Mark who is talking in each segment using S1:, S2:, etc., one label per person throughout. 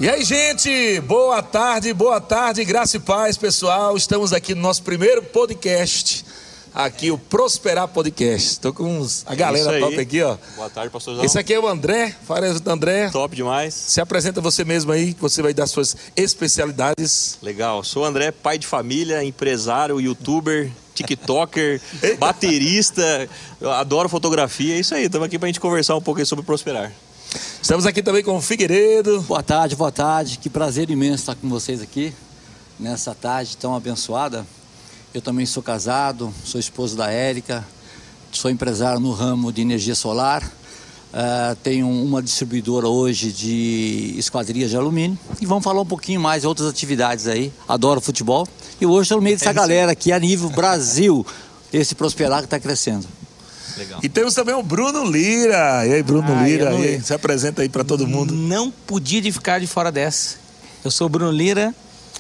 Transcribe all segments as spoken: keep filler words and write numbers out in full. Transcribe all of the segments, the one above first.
S1: E aí, gente, boa tarde, boa tarde, graça e paz, pessoal. Estamos aqui no nosso primeiro podcast, aqui o Prosperar Podcast. Estou com uns, a galera top aqui, ó.
S2: Boa tarde, pastor João.
S1: Esse aqui é o André, Fares do André.
S2: Top demais.
S1: Se apresenta você mesmo aí, que você vai dar suas especialidades.
S2: Legal, sou o André, pai de família, empresário, youtuber, tiktoker, baterista, eu adoro fotografia, é isso aí, estamos aqui para a gente conversar um pouco aí sobre prosperar.
S1: Estamos aqui também com o Figueiredo.
S3: Boa tarde, boa tarde, que prazer imenso estar com vocês aqui, nessa tarde tão abençoada. Eu também sou casado, sou esposo da Érica, sou empresário no ramo de energia solar, uh, tenho uma distribuidora hoje de esquadrias de alumínio e vamos falar um pouquinho mais de outras atividades aí, adoro futebol e hoje estou no meio dessa é galera aqui a nível Brasil, esse prosperar que está crescendo.
S1: Legal. E temos também o Bruno Lira. E aí, Bruno ah, Lira, não... e aí, se apresenta aí para todo mundo.
S4: Não podia de ficar de fora dessa. Eu sou o Bruno Lira,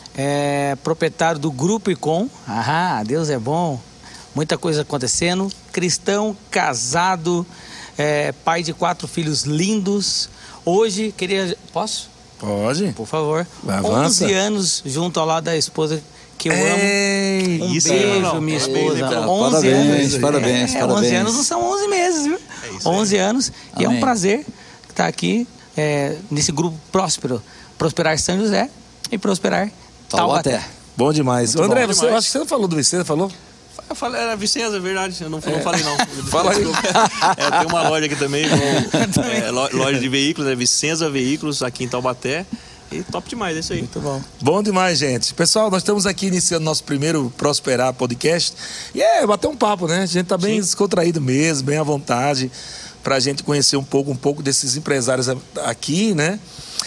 S4: é, proprietário do Grupo Icom. Ah, Deus é bom. Muita coisa acontecendo. Cristão, casado, é, pai de quatro filhos lindos. Hoje, queria... Posso?
S1: Pode.
S4: Por favor.
S1: Avança.
S4: onze anos junto ao lado da esposa que eu
S1: Ei,
S4: amo. Um
S1: isso
S4: beijo,
S1: não,
S4: minha esposa.
S3: Eita,
S4: onze
S3: parabéns,
S4: anos.
S3: parabéns,
S4: é,
S3: parabéns.
S4: onze anos não são onze meses, viu? É onze anos. E é um prazer estar aqui é, nesse grupo próspero. Prosperar São José e Prosperar Taubaté.
S1: Bom demais.
S2: Muito
S1: André,
S2: bom
S1: você,
S2: demais.
S1: acho que você não falou do Vicente, falou?
S2: Eu falei, era Vicenza, é verdade, eu não,
S1: É.
S2: não falei não.
S1: Fala aí.
S2: É, tem uma loja aqui também, com, é, loja de veículos, é Vicenza Veículos, aqui em Taubaté. E top demais, é isso aí.
S1: Muito bom. Bom demais, gente. Pessoal, nós estamos aqui iniciando nosso primeiro Prosperar Podcast. E é, bater um papo, né? A gente tá bem Sim. descontraído mesmo, bem à vontade, pra gente conhecer um pouco, um pouco desses empresários aqui, né?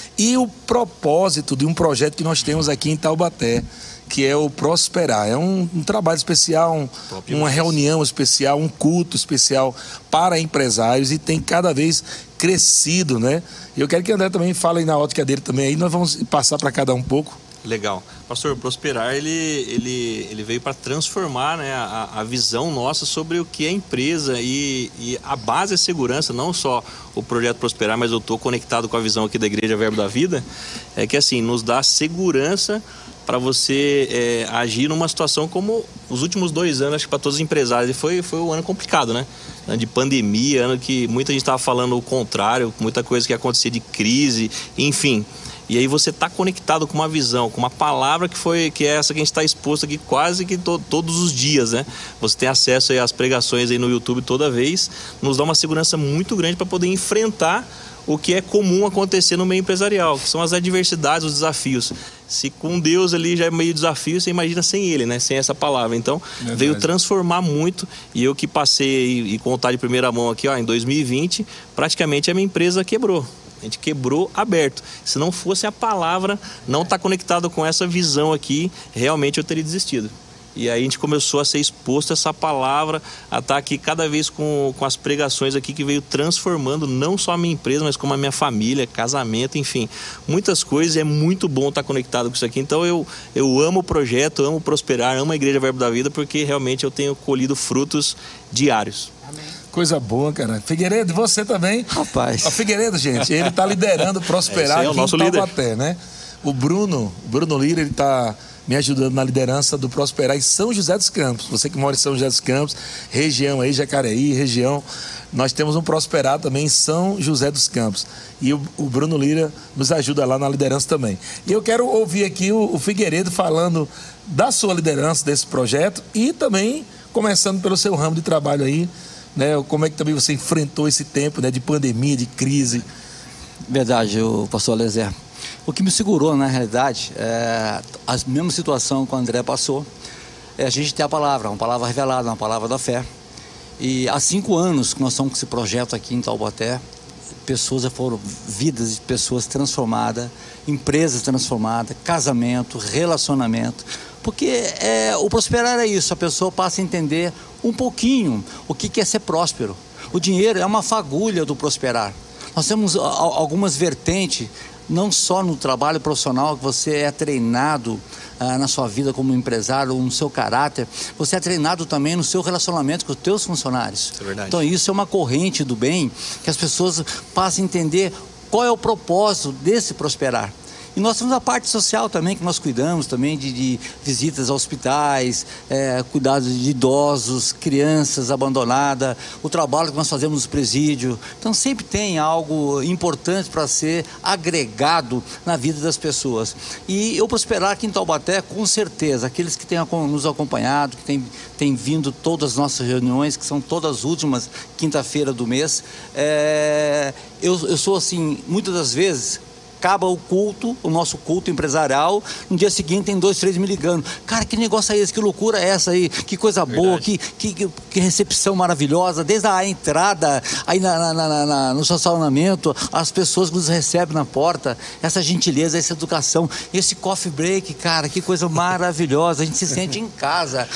S1: E o propósito de um projeto que nós temos aqui em Taubaté, que é o Prosperar. É um, um trabalho especial, um, uma reunião especial, um culto especial para empresários e tem cada vez crescido, né? E eu quero que o André também fale aí na ótica dele também, aí nós vamos passar para cada um pouco.
S2: Legal. Pastor, o Prosperar, ele, ele, ele veio para transformar, né, a, a visão nossa sobre o que é empresa e, e a base é segurança, não só o projeto Prosperar, mas eu estou conectado com a visão aqui da Igreja Verbo da Vida, é que assim, nos dá segurança para você é, agir numa situação como os últimos dois anos, acho que para todos os empresários, foi, foi um ano complicado, né? Ano de pandemia, ano que muita gente estava falando o contrário, muita coisa que ia acontecer de crise, enfim. E aí você está conectado com uma visão, com uma palavra que foi que é essa que a gente está exposto aqui quase que to, todos os dias, né? Você tem acesso aí às pregações aí no YouTube toda vez, nos dá uma segurança muito grande para poder enfrentar o que é comum acontecer no meio empresarial, que são as adversidades, os desafios. Se com Deus ali já é meio desafio, você imagina sem Ele, né? Sem essa palavra. Então, Verdade. Veio transformar muito. E eu que passei e contar de primeira mão aqui, ó, em dois mil e vinte, praticamente a minha empresa quebrou. A gente quebrou aberto. Se não fosse a palavra, não estar conectado com essa visão aqui, realmente eu teria desistido. E aí a gente começou a ser exposto a essa palavra, a estar aqui cada vez com, com as pregações aqui que veio transformando não só a minha empresa, mas como a minha família, casamento, enfim. Muitas coisas, é muito bom estar conectado com isso aqui. Então eu, eu amo o projeto, amo prosperar, amo a Igreja Verbo da Vida, porque realmente eu tenho colhido frutos diários.
S4: Amém.
S1: Coisa boa, cara. Figueiredo, você também.
S3: Rapaz.
S1: O Figueiredo, gente, ele tá liderando o Prosperar
S2: é,
S1: aqui em Taubaté, né? O Bruno, o Bruno Lira, ele tá me ajudando na liderança do Prosperar em São José dos Campos. Você que mora em São José dos Campos, região aí, Jacareí, região. Nós temos um Prosperar também em São José dos Campos. E o, o Bruno Lira nos ajuda lá na liderança também. E eu quero ouvir aqui o, o Figueiredo falando da sua liderança desse projeto e também começando pelo seu ramo de trabalho aí, né? Como é que também você enfrentou esse tempo, né, de pandemia, de crise?
S3: Verdade, o pastor Alezer. O que me segurou, na realidade, é a mesma situação que o André passou. É a gente ter a palavra, uma palavra revelada, uma palavra da fé. E há cinco anos que nós estamos com esse projeto aqui em Taubaté, pessoas foram, vidas de pessoas transformadas, empresas transformadas, casamento, relacionamento. Porque é, o prosperar é isso, a pessoa passa a entender um pouquinho o que é ser próspero. O dinheiro é uma fagulha do prosperar. Nós temos algumas vertentes, não só no trabalho profissional, que você é treinado ah, na sua vida como empresário, no seu caráter, você é treinado também no seu relacionamento com os teus funcionários.
S2: É verdade.
S3: Então isso é uma corrente do bem, que as pessoas passam a entender qual é o propósito desse prosperar. E nós temos a parte social também, que nós cuidamos também de, de visitas a hospitais, é, cuidados de idosos, crianças abandonadas, o trabalho que nós fazemos nos presídios. Então sempre tem algo importante para ser agregado na vida das pessoas. E eu prosperar aqui em Taubaté, com certeza, aqueles que têm nos acompanhado, que têm, têm vindo todas as nossas reuniões, que são todas as últimas quinta-feira do mês, é, eu, eu sou assim, muitas das vezes... Acaba o culto, o nosso culto empresarial, no dia seguinte tem dois, três me ligando. Cara, que negócio é esse? Que loucura é essa aí? Que coisa boa, que, que, que recepção maravilhosa. Desde a entrada, aí na, na, na, na, no estacionamento, as pessoas que nos recebem na porta, essa gentileza, essa educação, esse coffee break, cara, que coisa maravilhosa. A gente se sente em casa.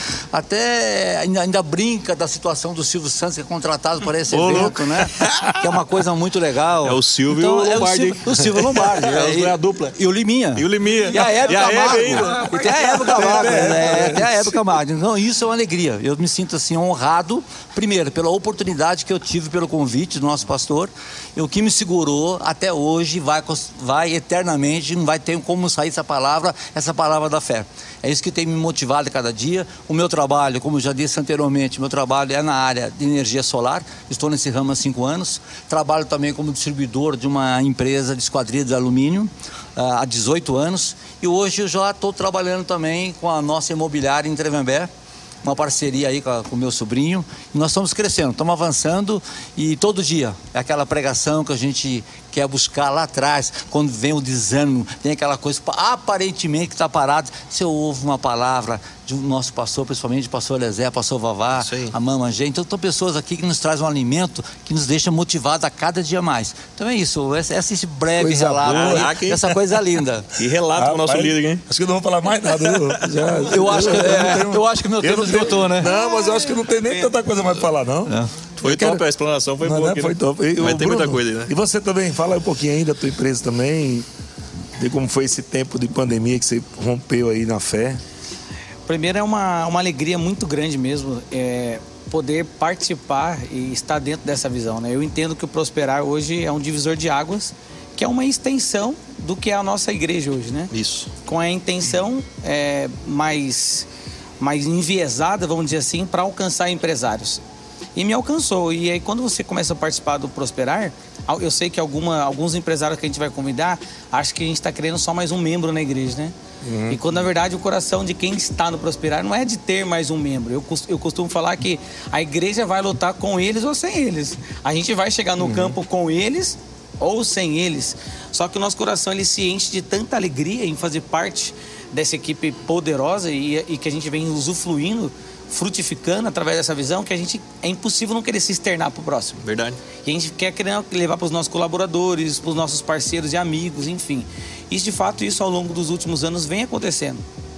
S3: Até ainda, ainda brinca da situação do Silvio Santos, que é contratado para esse Ô, evento, louco. né? Que é uma coisa muito legal.
S2: É o Silvio
S3: então,
S2: e o Lombardi.
S3: É o Silvio, o Silvio Lombardi.
S2: É,
S3: e,
S2: a dupla.
S3: E o Liminha.
S2: E o Liminha.
S3: E a Hebe Camargo.
S2: E
S3: tem a Hebe Camargo. É, tem a Hebe Camargo. Então, isso é uma alegria. Eu me sinto assim honrado, primeiro, pela oportunidade que eu tive pelo convite do nosso pastor. E o que me segurou até hoje vai, vai eternamente, não vai ter como sair essa palavra, essa palavra da fé. É isso que tem me motivado a cada dia. O meu trabalho, como eu já disse anteriormente, meu trabalho é na área de energia solar. Estou nesse ramo há cinco anos. Trabalho também como distribuidor de uma empresa de esquadria de alumínio uh, há dezoito anos. E hoje eu já estou trabalhando também com a nossa imobiliária em Tremembé, uma parceria aí com o meu sobrinho. E nós estamos crescendo, estamos avançando e todo dia é aquela pregação que a gente quer buscar lá atrás, quando vem o desânimo, tem aquela coisa aparentemente que está parado. Você ouve uma palavra de um nosso pastor, principalmente o pastor Elezé, pastor Vavá, a Mama Gê. Então, são pessoas aqui que nos trazem um alimento que nos deixa motivados a cada dia mais. Então é isso, esse, esse breve coisa relato aí, essa coisa linda.
S2: E relato ah, com o nosso líder, hein?
S1: Acho que eu não vou falar mais nada. Eu, já,
S3: eu, acho, que, é, eu acho que meu tempo esgotou, né?
S1: Não, mas eu acho que não tem nem tanta coisa mais para falar, não.
S2: não. Foi top, quero... a explanação foi não, boa. Não, aqui,
S1: foi
S2: né?
S1: top. E,
S2: mas tem
S1: Bruno,
S2: muita coisa aí, né?
S1: E você também, fala um pouquinho aí da tua empresa também, de como foi esse tempo de pandemia que você rompeu aí na fé.
S4: Primeiro é uma, uma alegria muito grande mesmo, é, poder participar e estar dentro dessa visão, né? Eu entendo que o Prosperar hoje é um divisor de águas, que é uma extensão do que é a nossa igreja hoje, né?
S2: Isso.
S4: Com a intenção é, mais, mais enviesada, vamos dizer assim, para alcançar empresários. E me alcançou. E aí, quando você começa a participar do Prosperar, eu sei que alguma, alguns empresários que a gente vai convidar, acham que a gente está querendo só mais um membro na igreja, né? Uhum. E quando, na verdade, o coração de quem está no Prosperar não é de ter mais um membro. Eu, eu costumo falar que a igreja vai lutar com eles ou sem eles. A gente vai chegar no uhum. campo com eles ou sem eles. Só que o nosso coração, ele se enche de tanta alegria em fazer parte dessa equipe poderosa e, e que a gente vem usufruindo, frutificando através dessa visão, que a gente é impossível não querer se externar para o próximo.
S2: Verdade.
S4: E a gente quer querer levar para os nossos colaboradores, para os nossos parceiros e amigos, enfim. Isso, de fato, isso ao longo dos últimos anos vem acontecendo.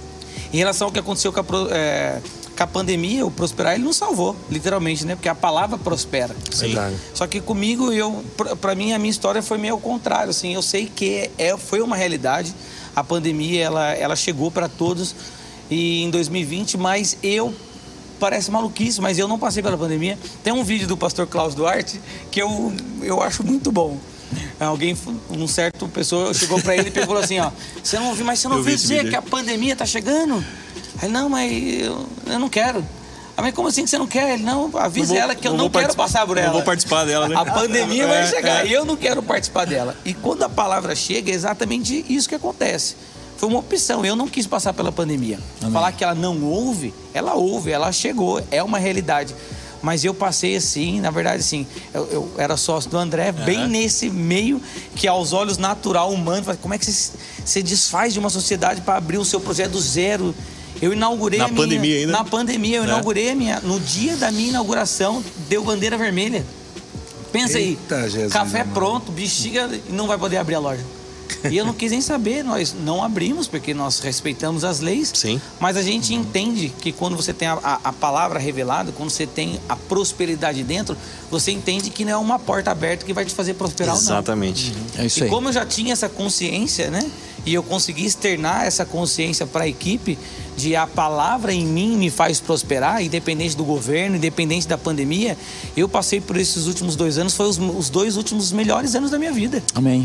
S4: Em relação ao que aconteceu com a, é, com a pandemia, o Prosperar, ele nos salvou, literalmente, né? Porque a palavra prospera.
S2: Sim.
S1: Verdade.
S4: Só que comigo, eu, para mim, a minha história foi meio ao contrário, assim. Eu sei que é, foi uma realidade. A pandemia, ela, ela chegou para todos e em dois mil e vinte, mas eu... Parece maluquice, mas eu não passei pela pandemia. Tem um vídeo do pastor Cláudio Duarte que eu, eu acho muito bom. Alguém, um certo pessoa chegou para ele e falou assim, ó, você não ouviu, mas você não ouviu dizer que a pandemia tá chegando? Aí, não, mas eu, eu não quero. Ah, mas como assim que você não quer? Ele, não, avisa não vou, ela que eu não, não quero passar por ela.
S2: Não vou participar dela, né?
S4: A pandemia
S2: é,
S4: vai chegar
S2: é.
S4: e eu não quero participar dela. E quando a palavra chega, é exatamente isso que acontece. Foi uma opção, eu não quis passar pela pandemia. Amém. Falar que ela não ouve, ela ouve, ela chegou, é uma realidade. Mas eu passei assim, na verdade assim, eu, eu era sócio do André, uhum. bem nesse meio que aos olhos natural, humano, como é que você, você desfaz de uma sociedade para abrir o seu projeto do zero? Eu inaugurei
S2: na
S4: a minha... Na
S2: pandemia ainda?
S4: Na pandemia, eu é. inaugurei a minha... No dia da minha inauguração, deu bandeira vermelha. Pensa
S1: Eita,
S4: aí,
S1: Jesus,
S4: café
S1: mano.
S4: pronto, bexiga e não vai poder abrir a loja. E eu não quis nem saber, nós não abrimos, porque nós respeitamos as leis.
S2: Sim.
S4: Mas a gente entende que quando você tem a, a, a palavra revelada, quando você tem a prosperidade dentro, você entende que não é uma porta aberta que vai te fazer prosperar.
S2: Exatamente.
S4: Ou não.
S3: Uhum. É isso
S4: e
S3: aí.
S4: como eu já tinha essa consciência, né? E eu consegui externar essa consciência para a equipe de a palavra em mim me faz prosperar, independente do governo, independente da pandemia. Eu passei por esses últimos dois anos, foi os, os dois últimos melhores anos da minha vida.
S3: Amém.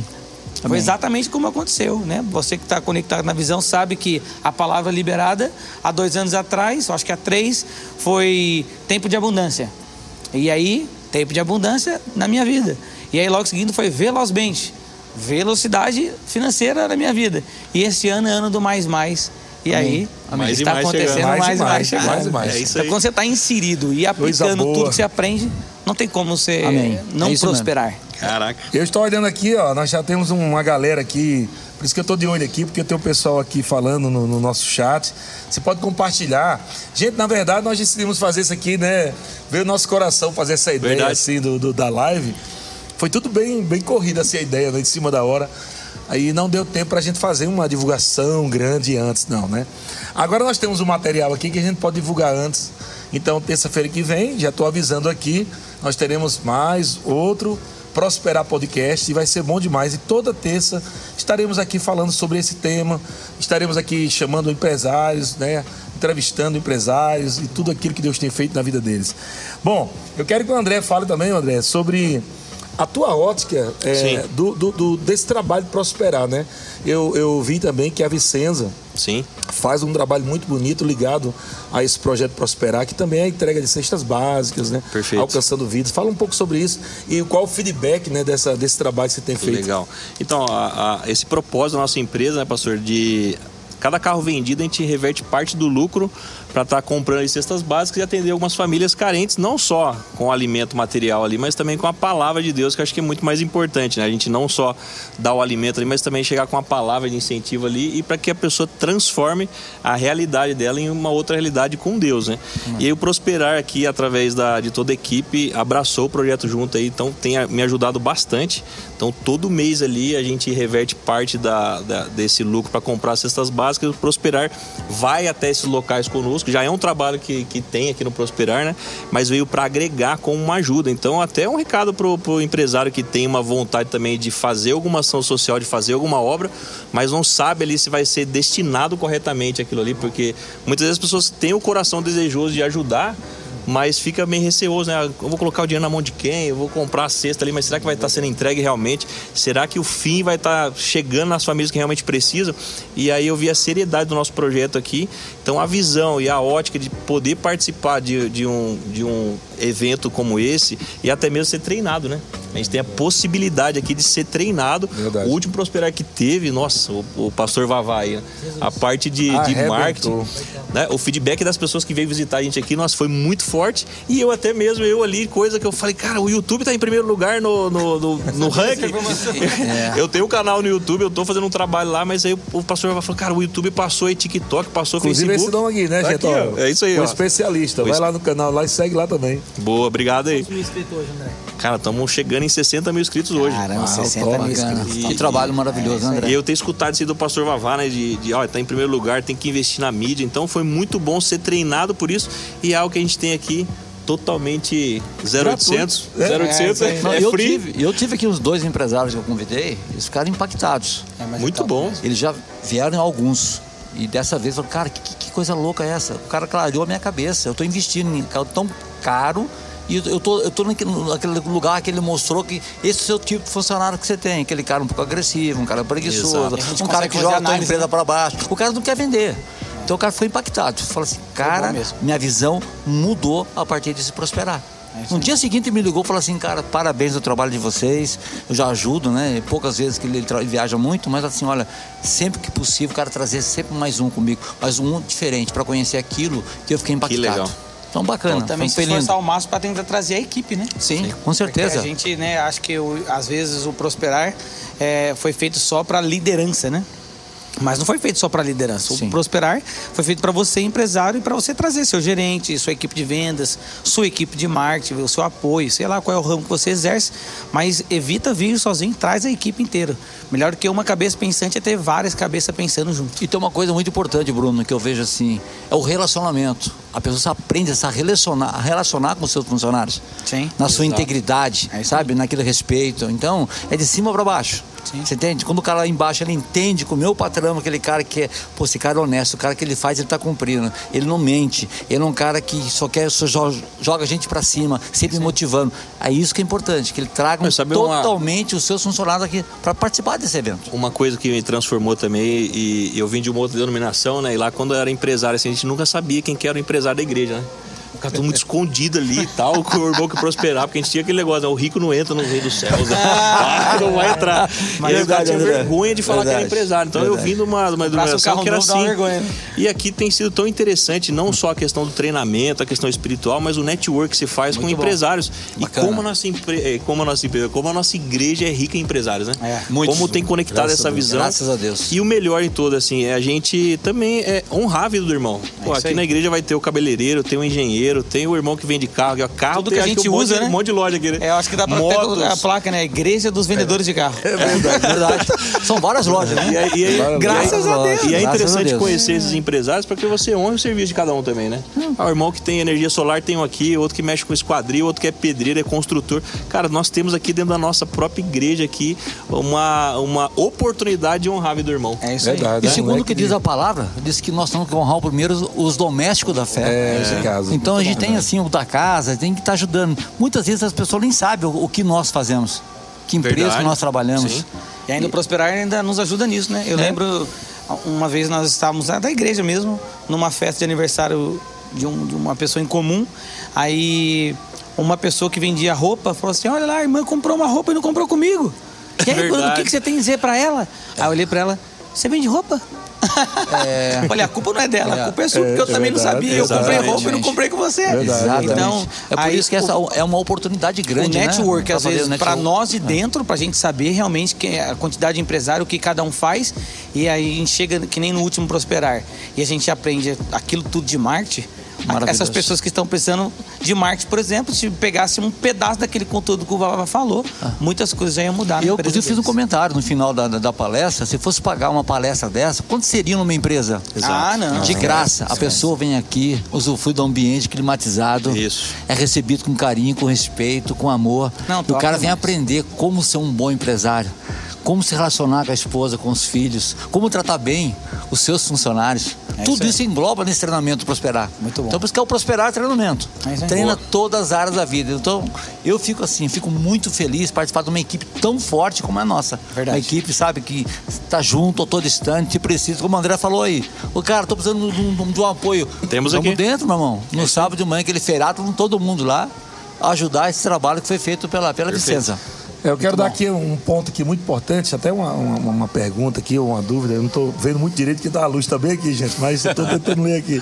S4: Foi exatamente como aconteceu, né? Você que está conectado na visão sabe que a palavra liberada há dois anos atrás, acho que há três, foi tempo de abundância. E aí, tempo de abundância na minha vida. E aí logo seguindo foi velozmente, velocidade financeira na minha vida. E esse ano é ano do mais mais. E Amém. aí,
S2: Amém.
S4: está
S2: mais
S4: acontecendo mais, mais e mais, chegando.
S1: mais, e mais.
S2: É isso
S4: então,
S2: aí.
S4: quando você está inserido e aplicando tudo que você aprende, não tem como você
S3: Amém.
S4: não
S3: é
S4: prosperar.
S3: Mesmo.
S2: Caraca.
S1: Eu estou olhando aqui, ó, nós já temos uma galera aqui, por isso que eu estou de olho aqui, porque tem o pessoal aqui falando no, no nosso chat. Você pode compartilhar. Gente, na verdade, nós decidimos fazer isso aqui, né? Veio o nosso coração fazer essa ideia, verdade. assim, do, do, da live. Foi tudo bem, bem corrido, assim, a ideia, né? Em cima da hora. Aí não deu tempo para a gente fazer uma divulgação grande antes, não, né? Agora nós temos um material aqui que a gente pode divulgar antes. Então, terça-feira que vem, já estou avisando aqui, nós teremos mais outro Prosperar Podcast e vai ser bom demais. E toda terça estaremos aqui falando sobre esse tema, estaremos aqui chamando empresários, né? Entrevistando empresários e tudo aquilo que Deus tem feito na vida deles. Bom, eu quero que o André fale também, André, sobre a tua ótica é, do, do, do, desse trabalho de prosperar, né? Eu, eu vi também que a Vicenza
S2: Sim.
S1: faz um trabalho muito bonito ligado a esse projeto Prosperar, que também é a entrega de cestas básicas, né?
S2: Perfeito.
S1: Alcançando vidas. Fala um pouco sobre isso e qual o feedback, né, dessa, desse trabalho que você tem feito.
S2: Legal. Então, a, a, esse propósito da nossa empresa, né, pastor, de cada carro vendido a gente reverte parte do lucro para estar tá comprando as cestas básicas e atender algumas famílias carentes, não só com o alimento material ali, mas também com a palavra de Deus, que eu acho que é muito mais importante, né? A gente não só dá o alimento ali, mas também chegar com a palavra de incentivo ali e para que a pessoa transforme a realidade dela em uma outra realidade com Deus, né? Uhum. E aí o Prosperar aqui, através da, de toda a equipe, abraçou o projeto junto aí, então tem me ajudado bastante. Então todo mês ali a gente reverte parte da, da, desse lucro para comprar cestas básicas. O Prosperar vai até esses locais conosco. Já é um trabalho que, que tem aqui no Prosperar, né? Mas veio para agregar como uma ajuda. Então, até um recado pro, pro empresário que tem uma vontade também de fazer alguma ação social, de fazer alguma obra, mas não sabe ali se vai ser destinado corretamente aquilo ali, porque muitas vezes as pessoas têm o coração desejoso de ajudar, mas fica meio receoso, né? Eu vou colocar o dinheiro na mão de quem? Eu vou comprar a cesta ali, mas será que vai estar sendo entregue realmente? Será que o fim vai estar chegando nas famílias que realmente precisam? E aí eu vi a seriedade do nosso projeto aqui. Então a visão e a ótica de poder participar de, de, um, de um evento como esse e até mesmo ser treinado, né? A gente tem a possibilidade aqui de ser treinado. Verdade. O último Prosperar que teve, nossa, o, o pastor Vavá aí, né? A parte de, de marketing, né? O feedback das pessoas que veio visitar a gente aqui, nossa, foi muito forte. E eu até mesmo, eu ali, coisa que eu falei, cara, o YouTube tá em primeiro lugar no, no, no, no ranking. É. Eu tenho um canal no YouTube, eu tô fazendo um trabalho lá, mas aí o, o pastor Vavá falou, cara, o YouTube passou aí, TikTok, passou
S1: Inclusive
S2: Facebook.
S1: Esse nome aqui, né, tá gente? Aqui,
S2: é isso aí,
S1: o
S2: ó.
S1: especialista. Vai lá no canal lá e segue lá também.
S2: Boa, obrigado aí.
S4: Quantos mil inscritos hoje, André?
S2: Cara, estamos chegando em sessenta mil inscritos hoje.
S4: Caramba,
S1: ah,
S4: sessenta mil inscritos.
S3: Que trabalho maravilhoso,
S2: é,
S3: né, André?
S2: E eu tenho escutado isso aí do pastor Vavá, né? De, de ó, tá em primeiro lugar, tem que investir na mídia. Então foi muito bom ser treinado por isso. E é algo que a gente tem aqui totalmente zero oitocentos.
S1: É,
S2: zero oitocentos é, é,
S3: Não,
S2: é
S3: eu
S2: free.
S3: Tive, eu tive aqui uns dois empresários que eu convidei, eles ficaram impactados.
S4: É,
S2: muito bom.
S3: Eles já vieram alguns. E dessa vez, eu falei, cara, que, que coisa louca é essa? O cara clareou a minha cabeça. Eu tô investindo em carro tão caro. E eu tô, eu tô naquele, naquele lugar que ele mostrou que esse é o seu tipo de funcionário que você tem. Aquele cara um pouco agressivo, um cara preguiçoso, um cara que joga a tua empresa para baixo. O cara não quer vender. Então o cara foi impactado. Falou assim, cara, minha visão mudou a partir de se prosperar. É no dia seguinte ele me ligou e falou assim, cara, parabéns ao trabalho de vocês, eu já ajudo, né? Poucas vezes que ele viaja muito, mas assim, olha, sempre que possível, o cara trazer sempre mais um comigo, mais um diferente, para conhecer aquilo que eu fiquei impactado.
S2: Que legal.
S3: Então, bacana.
S4: Então, também se esforçar ao máximo para tentar trazer a equipe, né?
S3: Sim, Sim. com certeza.
S4: Porque a gente, né, acho que o, às vezes o Prosperar é, foi feito só para liderança, né? Mas não foi feito só para liderança.
S3: Sim.
S4: O Prosperar foi feito para você, empresário, e para você trazer seu gerente, sua equipe de vendas, sua equipe de marketing, o seu apoio, sei lá qual é o ramo que você exerce, mas evita vir sozinho, traz a equipe inteira. Melhor do que uma cabeça pensante é ter várias cabeças pensando junto.
S3: E tem uma coisa muito importante, Bruno, que eu vejo assim, é o relacionamento. A pessoa aprende a se relacionar, a relacionar com os seus funcionários.
S4: Sim.
S3: Na sua
S4: Exato.
S3: integridade,
S4: é
S3: sabe? Naquele respeito. Então, é de cima para baixo. Sim. Você entende? Quando o cara lá embaixo, ele entende que o meu patrão, aquele cara que é, pô, esse cara é honesto, o cara que ele faz, ele tá cumprindo, ele não mente, ele é um cara que só quer, só joga, joga a gente para cima, sempre Sim. motivando. É isso que é importante, que ele traga totalmente uma... os seus funcionários aqui para participar desse evento.
S2: Uma coisa que me transformou também, e eu vim de uma outra denominação, né? E lá quando eu era empresário, assim, a gente nunca sabia quem que era o empresário da igreja, né? Ficava todo muito escondido ali e tal, com o irmão que prosperar, porque a gente tinha aquele negócio, né? O rico não entra no reino dos céus, né? Ah, não vai entrar. Mas e aí o cara tinha vergonha de falar verdade, que era empresário. Então verdade. eu vim de uma, uma denominação que era assim. Vergonha, né? E aqui tem sido tão interessante, não só a questão do treinamento, a questão espiritual, mas o network que se faz muito com bom. empresários. Bacana. E como a, nossa empre... como, a nossa empresa, como a nossa igreja é rica em empresários, né? É. Muito. Como tem conectado Graças essa visão.
S3: Graças a Deus.
S2: E o melhor em todo, assim, é a gente também é honrar a vida do irmão. Pô, é aqui aí. na igreja vai ter o cabeleireiro, tem o engenheiro, tem o irmão que vende carro, que é carro,
S4: tudo que a gente
S2: um
S4: usa,
S2: monte,
S4: né?
S2: Um monte de loja aqui, né?
S4: É, eu acho que dá pra Motos. até colocar a placa, né? Igreja dos vendedores é. de carro.
S3: É verdade, verdade. São várias lojas, né?
S2: E aí, e aí,
S4: Graças
S2: e aí,
S4: a Deus.
S2: E é interessante conhecer esses empresários porque você honra o serviço de cada um também, né? Hum. Ah, o irmão que tem energia solar tem um aqui, outro que mexe com esquadril, outro que é pedreiro, é construtor. Cara, nós temos aqui dentro da nossa própria igreja aqui uma, uma oportunidade de honrar a vida do irmão.
S3: É isso verdade, aí. E segundo o que diz a palavra, diz que nós temos que honrar primeiro os domésticos da fé.
S1: É, esse caso.
S3: Então a gente tem assim o da casa, tem que estar ajudando. Muitas vezes as pessoas nem sabem o, o que nós fazemos, que empresa Verdade. que nós trabalhamos. Sim.
S4: E ainda o Prosperar ainda nos ajuda nisso, né? Eu é. lembro, uma vez nós estávamos da igreja mesmo, numa festa de aniversário de, um, de uma pessoa em comum, aí uma pessoa que vendia roupa falou assim, olha lá, a irmã comprou uma roupa e não comprou comigo. E aí, o que, que você tem a dizer pra ela? Aí eu olhei pra ela, você vende roupa? É... Olha, a culpa não é dela, é, a culpa é sua, porque é, eu também verdade, não sabia. Eu comprei roupa e não comprei com você.
S3: Verdade, então, é por isso que essa é uma oportunidade grande.
S4: O network,
S3: né?
S4: às vezes, para nós de dentro, para a gente saber realmente que a quantidade de empresário, o que cada um faz, e aí a gente chega que nem no último Prosperar. E a gente aprende aquilo tudo de marketing. Essas pessoas que estão pensando de marketing, por exemplo, se pegasse um pedaço daquele conteúdo que o Vava falou, ah. muitas coisas já iam mudar.
S3: Eu, inclusive, fiz um comentário no final da, da, da palestra. Se fosse pagar uma palestra dessa, quanto seria numa empresa?
S4: Exato. Ah, não.
S3: De graça. A pessoa vem aqui, usufrui do ambiente climatizado,
S2: Isso.
S3: é recebido com carinho, com respeito, com amor. Não, o cara vem aprender como ser um bom empresário, como se relacionar com a esposa, com os filhos, como tratar bem os seus funcionários. É Tudo isso, isso engloba nesse treinamento Prosperar.
S4: Muito bom.
S3: Então, por isso que é o Prosperar treinamento. É Treina boa. todas as áreas da vida. Então, eu fico assim, fico muito feliz de participar de uma equipe tão forte como a nossa.
S4: Verdade.
S3: Uma equipe, sabe, que está junto, todo distante, que precisa, como o André falou aí. O cara, tô precisando de um, de um apoio.
S2: Temos
S3: Vamos
S2: aqui.
S3: dentro, meu irmão. No é sábado de manhã, aquele feriado, com todo mundo lá, ajudar esse trabalho que foi feito pela, pela Vicenza.
S1: Eu quero dar aqui um ponto aqui muito importante, até uma, uma, uma pergunta aqui, ou uma dúvida. Eu não estou vendo muito direito, porque tá, a luz está bem aqui, gente, mas estou tentando ler aqui.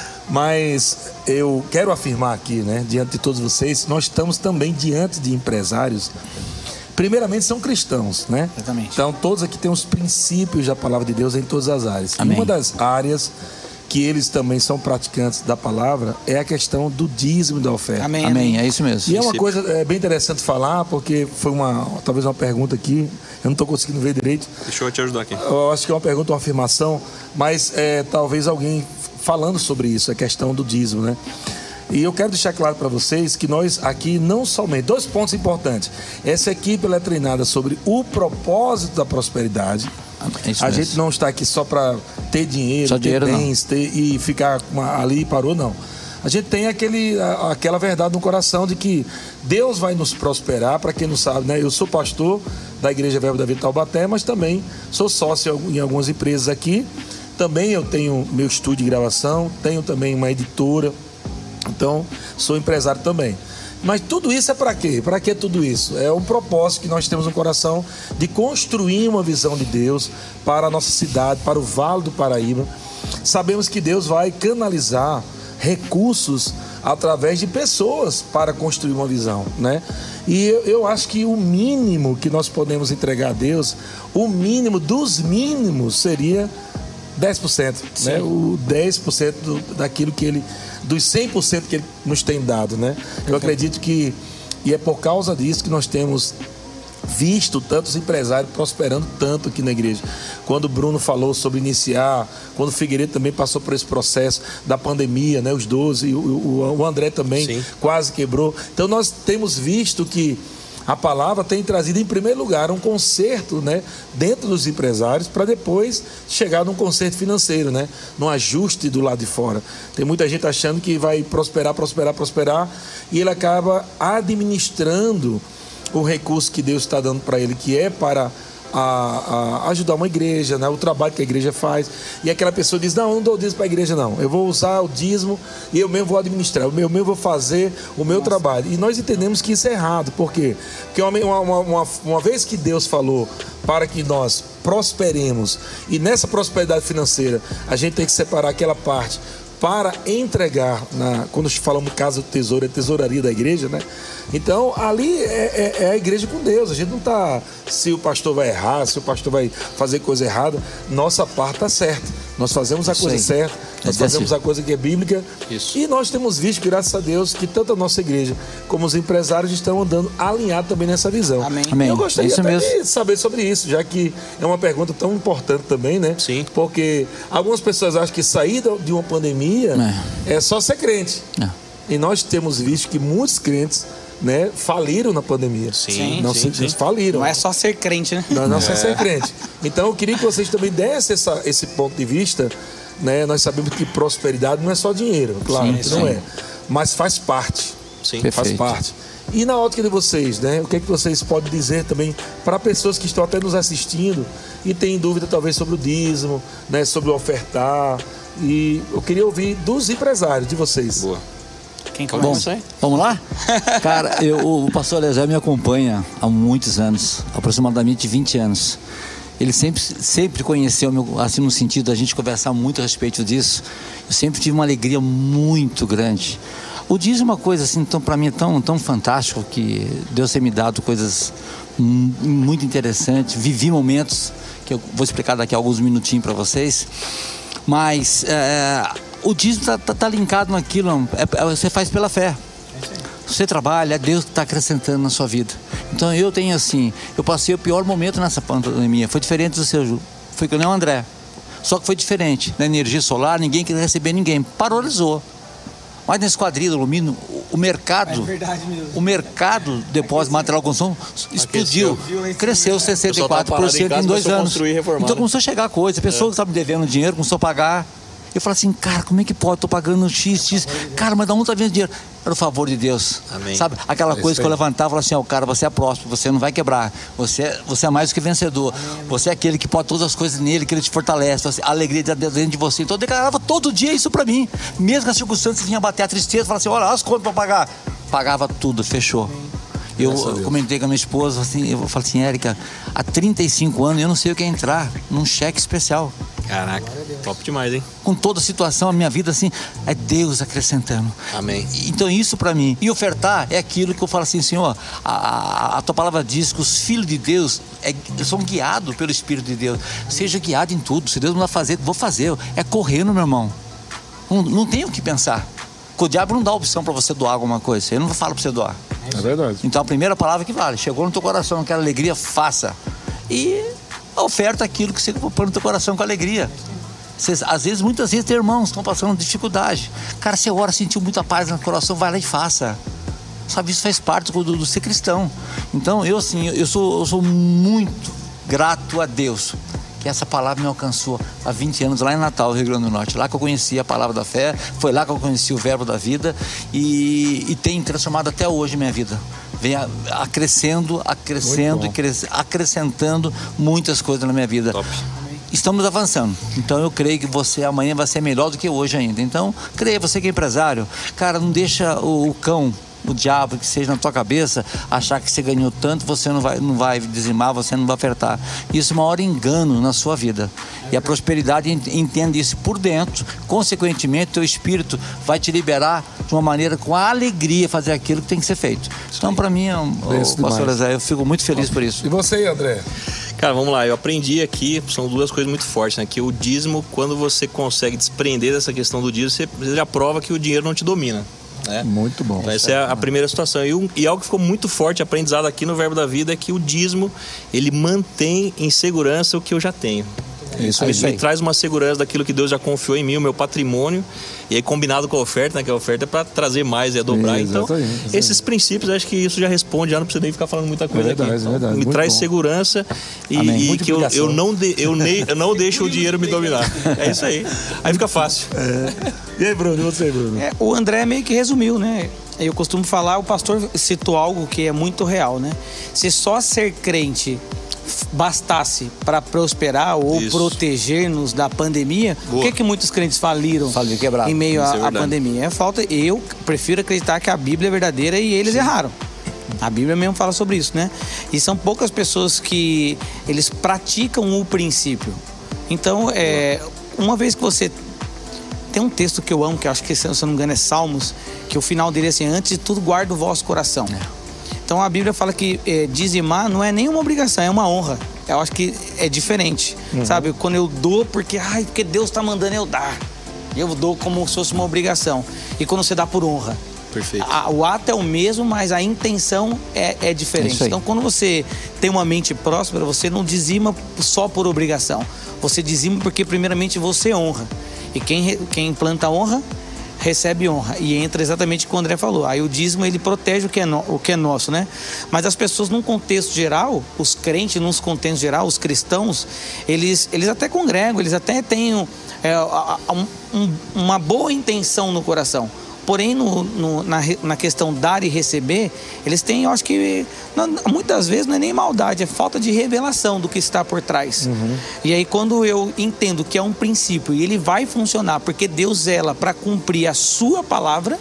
S1: Mas eu quero afirmar aqui, né, diante de todos vocês, nós estamos também diante de empresários, primeiramente são cristãos, né?
S4: Exatamente.
S1: Então todos aqui têm os princípios da palavra de Deus em todas as áreas.
S3: Amém.
S1: E uma das áreas que eles também são praticantes da palavra é a questão do dízimo e da oferta.
S3: Amém, Amém. É isso mesmo.
S1: E é uma coisa é, bem interessante falar, porque foi uma, talvez uma pergunta aqui, eu não estou conseguindo ver direito.
S2: Deixa eu te ajudar aqui.
S1: Eu acho que é uma pergunta, uma afirmação, mas é, talvez alguém falando sobre isso, a questão do dízimo, né? E eu quero deixar claro para vocês que nós aqui não somente, dois pontos importantes. Essa equipe ela é treinada sobre o propósito da prosperidade.
S3: É a
S1: mesmo. Gente não está aqui só para ter dinheiro,
S3: só
S1: ter
S3: dinheiro,
S1: bens ter, e ficar uma, ali e parou, não. A gente tem aquele, a, aquela verdade no coração de que Deus vai nos prosperar. Para quem não sabe, né? Eu sou pastor da Igreja Verbo da Vida Taubaté, mas também sou sócio em algumas empresas aqui. Também eu tenho meu estúdio de gravação, tenho também uma editora, então sou empresário também. Mas tudo isso é para quê? Para que tudo isso? É um propósito que nós temos no coração de construir uma visão de Deus para a nossa cidade, para o Vale do Paraíba. Sabemos que Deus vai canalizar recursos através de pessoas para construir uma visão, né? E eu, eu acho que o mínimo que nós podemos entregar a Deus, o mínimo dos mínimos seria dez por cento, né? O dez por cento do, daquilo que ele, dos cem por cento que ele nos tem dado, né? Eu acredito que, e é por causa disso que nós temos visto tantos empresários prosperando tanto aqui na igreja. Quando o Bruno falou sobre iniciar, quando o Figueiredo também passou por esse processo da pandemia, né? Os doze, o, o, o André também Sim. quase quebrou. Então nós temos visto que a palavra tem trazido em primeiro lugar um conserto, né, dentro dos empresários, para depois chegar num conserto financeiro, né, num ajuste do lado de fora. Tem muita gente achando que vai prosperar, prosperar, prosperar, e ele acaba administrando o recurso que Deus está dando para ele, que é para A, a ajudar uma igreja, né? O trabalho que a igreja faz, e aquela pessoa diz, não, eu não dou dízimo para a igreja não, eu vou usar o dízimo e eu mesmo vou administrar, eu mesmo vou fazer o meu Nossa. trabalho. E nós entendemos que isso é errado. Por quê? Porque uma, uma, uma, uma vez que Deus falou para que nós prosperemos, e nessa prosperidade financeira a gente tem que separar aquela parte para entregar, na, quando falamos casa do tesouro, é a tesouraria da igreja, né? Então, ali é, é, é a igreja com Deus. A gente não está, se o pastor vai errar, se o pastor vai fazer coisa errada, nossa parte está certa. Nós fazemos a coisa certa, nós fazemos a coisa que é bíblica. Isso. E nós temos visto, graças a Deus, que tanto a nossa igreja como os empresários estão andando alinhados também nessa visão.
S4: Amém.
S1: Amém. Eu gostaria
S3: isso
S1: até
S3: mesmo.
S1: de saber sobre isso, já que é uma pergunta tão importante também, né?
S2: Sim.
S1: Porque algumas pessoas acham que sair de uma pandemia é, é só ser crente. É. E nós temos visto que muitos crentes, né, faliram na pandemia.
S2: Sim,
S1: não
S2: sim,
S1: sim,
S2: sim.
S1: faliram.
S4: Não é só ser crente, né?
S1: Não, não é
S2: É.
S1: só ser crente. Então eu queria que vocês também dessem essa, esse ponto de vista, né? Nós sabemos que prosperidade não é só dinheiro, claro,
S3: Sim,
S1: que
S3: sim.
S1: não é. Mas faz parte.
S2: Sim.
S1: Faz
S3: Perfeito.
S1: parte. E na ótica de vocês, né? O que é que vocês podem dizer também para pessoas que estão até nos assistindo e têm dúvida talvez sobre o dízimo, né? Sobre o ofertar. E eu queria ouvir dos empresários de vocês.
S2: Boa.
S4: Quem
S3: Bom,
S4: começa?
S3: vamos lá? Cara, eu, o pastor Eliezer me acompanha há muitos anos, aproximadamente vinte anos. Ele sempre, sempre conheceu, meu, assim, no sentido da gente conversar muito a respeito disso. Eu sempre tive uma alegria muito grande. O dízimo é uma coisa assim, então, para mim é tão, tão fantástico, que Deus tem me dado coisas hum, muito interessantes. Vivi momentos que eu vou explicar daqui a alguns minutinhos para vocês. Mas é, o dízimo está tá, tá linkado naquilo, é, é, você faz pela fé. Você trabalha, é Deus que está acrescentando na sua vida. Então eu tenho assim, eu passei o pior momento nessa pandemia. Foi diferente do seu, foi que nem o André. Só que foi diferente. Na energia solar, ninguém queria receber ninguém. Paralisou. Mas na esquadrilha do alumínio, o mercado,
S4: É verdade mesmo.
S3: o mercado de depósito de material de construção explodiu, cresceu sessenta e quatro por cento em dois anos. Então começou a chegar coisa, a pessoa que estava me devendo dinheiro começou a pagar. Eu falei assim, cara, como é que pode? Estou pagando X, X. Cara, mas da onde está vindo dinheiro? Era o favor de Deus.
S2: Amém.
S3: Sabe? Aquela
S1: É
S3: coisa
S1: isso
S3: que eu
S1: aí.
S3: levantava e falava assim, ó, cara, você é próspero, você não vai quebrar. Você, você é mais do que vencedor. Amém. Você é aquele que pode todas as coisas nele, que ele te fortalece. Você, a alegria de Deus dentro de você. Então eu declarava todo dia isso pra mim. Mesmo que as circunstâncias vinham bater a tristeza, eu falava assim, olha, as contas pra pagar. Pagava tudo, fechou. Eu, eu comentei com a minha esposa, assim, eu falei assim, Érica, há trinta e cinco anos eu não sei o que é entrar num cheque especial.
S2: Caraca, top demais, hein?
S3: Com toda a situação, a minha vida assim, é Deus acrescentando.
S2: Amém.
S3: Então isso pra mim. E ofertar é aquilo que eu falo assim, Senhor, a, a, a tua palavra diz que os filhos de Deus é, são guiados pelo Espírito de Deus. Seja guiado em tudo. Se Deus não vai fazer, vou fazer. É correndo, meu irmão. Não, não tem o que pensar. Porque o diabo não dá opção pra você doar alguma coisa. Ele não fala pra você doar.
S1: É verdade.
S3: Então a primeira palavra que vale, chegou no teu coração, aquela alegria, faça. E oferta aquilo que você põe no teu coração com alegria. Cês, às vezes, muitas vezes tem irmãos que estão passando dificuldade. Cara, você ora, sentiu muita paz no coração, vai lá e faça. Sabe, isso faz parte do, do, do ser cristão. Então eu assim, eu sou, eu sou muito grato a Deus que essa palavra me alcançou há vinte anos lá em Natal, Rio Grande do Norte. Lá que eu conheci a palavra da fé, foi lá que eu conheci o verbo da vida e, e tem transformado até hoje a minha vida. Vem acrescendo, acrescendo e cres, acrescentando muitas coisas na minha vida.
S2: Top.
S3: Estamos avançando, então eu creio que você amanhã vai ser melhor do que hoje ainda. Então, creia, você que é empresário, cara, não deixa o, o cão, o diabo que seja na tua cabeça, achar que você ganhou tanto, você não vai, não vai dizimar, você não vai ofertar. Isso é o maior engano na sua vida. E a prosperidade entende isso por dentro, consequentemente, teu espírito vai te liberar de uma maneira com alegria fazer aquilo que tem que ser feito. Então, para mim, o pastor Zé, eu fico muito feliz por isso.
S1: E você, André?
S2: Cara, vamos lá, eu aprendi aqui, são duas coisas muito fortes, né? Que o dízimo, quando você consegue desprender dessa questão do dízimo, você já prova que o dinheiro não te domina. Né?
S1: Muito bom.
S2: Então, essa é a, a primeira situação. E, um, e algo que ficou muito forte, aprendizado aqui no Verbo da Vida, é que o dízimo, ele mantém em segurança o que eu já tenho.
S3: Isso,
S2: me,
S3: isso aí.
S2: me traz uma segurança daquilo que Deus já confiou em mim, o meu patrimônio, e aí combinado com a oferta, né, que a oferta é para trazer mais, é dobrar.
S1: É,
S2: então,
S1: exatamente, exatamente.
S2: esses princípios, acho que isso já responde, já não precisa nem ficar falando muita coisa
S1: É verdade,
S2: aqui. Então,
S1: verdade,
S2: me
S1: muito
S2: traz
S1: bom.
S2: segurança e, e que eu, eu, não de, eu, ne, eu não deixo o dinheiro me dominar. É isso aí. Aí fica fácil.
S1: É. E aí, Bruno, e você, Bruno?
S4: É, o André meio que resumiu, né? Eu costumo falar, o pastor citou algo que é muito real, né? Se só ser crente bastasse para prosperar ou
S2: Isso.
S4: proteger-nos da pandemia,
S2: Boa.
S4: por que que muitos crentes faliram
S3: Faliram, quebraram.
S4: em meio
S2: Isso
S4: à
S2: é
S4: à
S2: verdade.
S4: pandemia? É falta. Eu prefiro acreditar que a Bíblia é verdadeira e eles erraram. A Bíblia mesmo fala sobre isso, né? E são poucas pessoas que eles praticam o princípio. Então, é, uma vez que você tem um texto que eu amo, que eu acho que, se eu não me engano, é Salmos, que o final dele é assim: antes de tudo, guarda o vosso coração. É. Então a Bíblia fala que é, dizimar não é nenhuma obrigação, é uma honra. Eu acho que é diferente, uhum. sabe? Quando eu dou porque, ai, porque Deus está mandando eu dar. Eu dou como se fosse uma obrigação. E quando você dá por honra.
S2: Perfeito.
S4: A, o ato é o mesmo, mas a intenção é, é diferente. É então quando você tem uma mente próspera, você não dizima só por obrigação. Você dizima porque primeiramente você honra. E quem, quem planta honra, recebe honra. E entra exatamente o que o André falou. Aí o dízimo, ele protege o que é, no, o que é nosso, né? Mas as pessoas, num contexto geral, os crentes, num contexto geral, os cristãos, eles, eles até congregam, eles até têm é, um, uma boa intenção no coração. Porém, no, no, na, na questão dar e receber, eles têm, eu acho que, não, muitas vezes não é nem maldade, é falta de revelação do que está por trás. Uhum. E aí, quando eu entendo que é um princípio e ele vai funcionar, porque Deus zela para cumprir a sua palavra,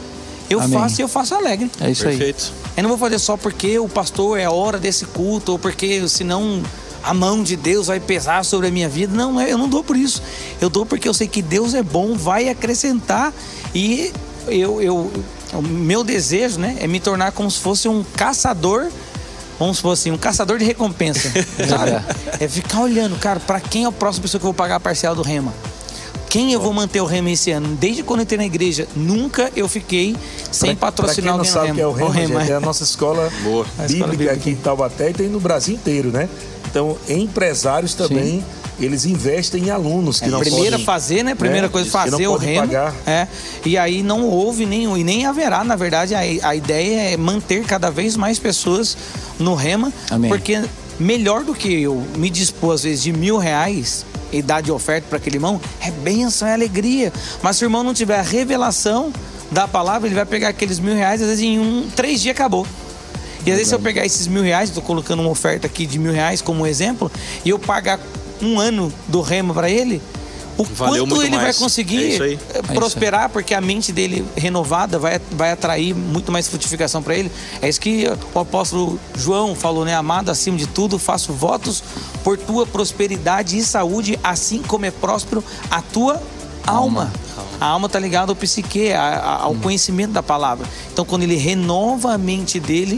S4: eu Amém. faço e eu faço alegre.
S3: É isso
S2: Perfeito.
S3: aí.
S4: Eu não vou fazer só porque o pastor é a hora desse culto, ou porque senão a mão de Deus vai pesar sobre a minha vida. Não, eu não dou por isso. Eu dou porque eu sei que Deus é bom, vai acrescentar e... Eu, eu, o meu desejo, né, é me tornar como se fosse um caçador, vamos supor assim, um caçador de recompensa, sabe? É ficar olhando, cara, para quem é a próxima pessoa que eu vou pagar a parcial do Rema? Quem eu vou manter o Rema esse ano? Desde quando eu entrei na igreja, nunca eu fiquei sem
S1: pra,
S4: patrocinar
S1: alguém no Rema. Pra quem não sabe o que é o Rema, gente, é a nossa escola
S2: Boa.
S1: bíblica, escola bíblica aqui em Taubaté e tem no Brasil inteiro, né? Então, empresários também... Sim. Eles investem em alunos que
S4: é,
S1: não
S4: primeira
S1: podem...
S4: fazer, né? Primeira
S1: é,
S4: coisa, fazer o Rema.
S1: Pagar.
S4: É, e aí não houve nem, e nem haverá, na verdade, a, a ideia é manter cada vez mais pessoas no Rema.
S3: Amém.
S4: Porque melhor do que eu me dispor, às vezes, de mil reais e dar de oferta para aquele irmão, é bênção, é alegria. Mas se o irmão não tiver a revelação da palavra, ele vai pegar aqueles mil reais, às vezes em um, três dias acabou. E às vezes se eu pegar esses mil reais, estou colocando uma oferta aqui de mil reais como exemplo, e eu pagar um ano do Rema para ele, o
S2: Valeu
S4: quanto ele
S2: mais.
S4: vai conseguir
S2: é
S4: prosperar, porque a mente dele renovada vai, vai atrair muito mais frutificação para ele. É isso que o apóstolo João falou, né? Amado, acima de tudo, faço votos por tua prosperidade e saúde, assim como é próspero a tua alma. alma. A alma está ligada ao psique, ao hum. conhecimento da palavra. Então, quando ele renova a mente dele,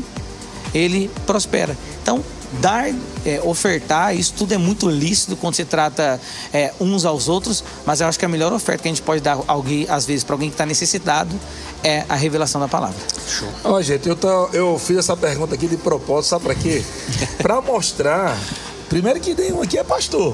S4: ele prospera. Então, dar, é, ofertar, isso tudo é muito lícito quando se trata é, uns aos outros, mas eu acho que a melhor oferta que a gente pode dar alguém, às vezes, para alguém que está necessitado é a revelação da palavra.
S1: Show. Ó, gente, eu, tô, eu fiz essa pergunta aqui de propósito, sabe para quê? Para mostrar, primeiro que nenhum aqui é pastor.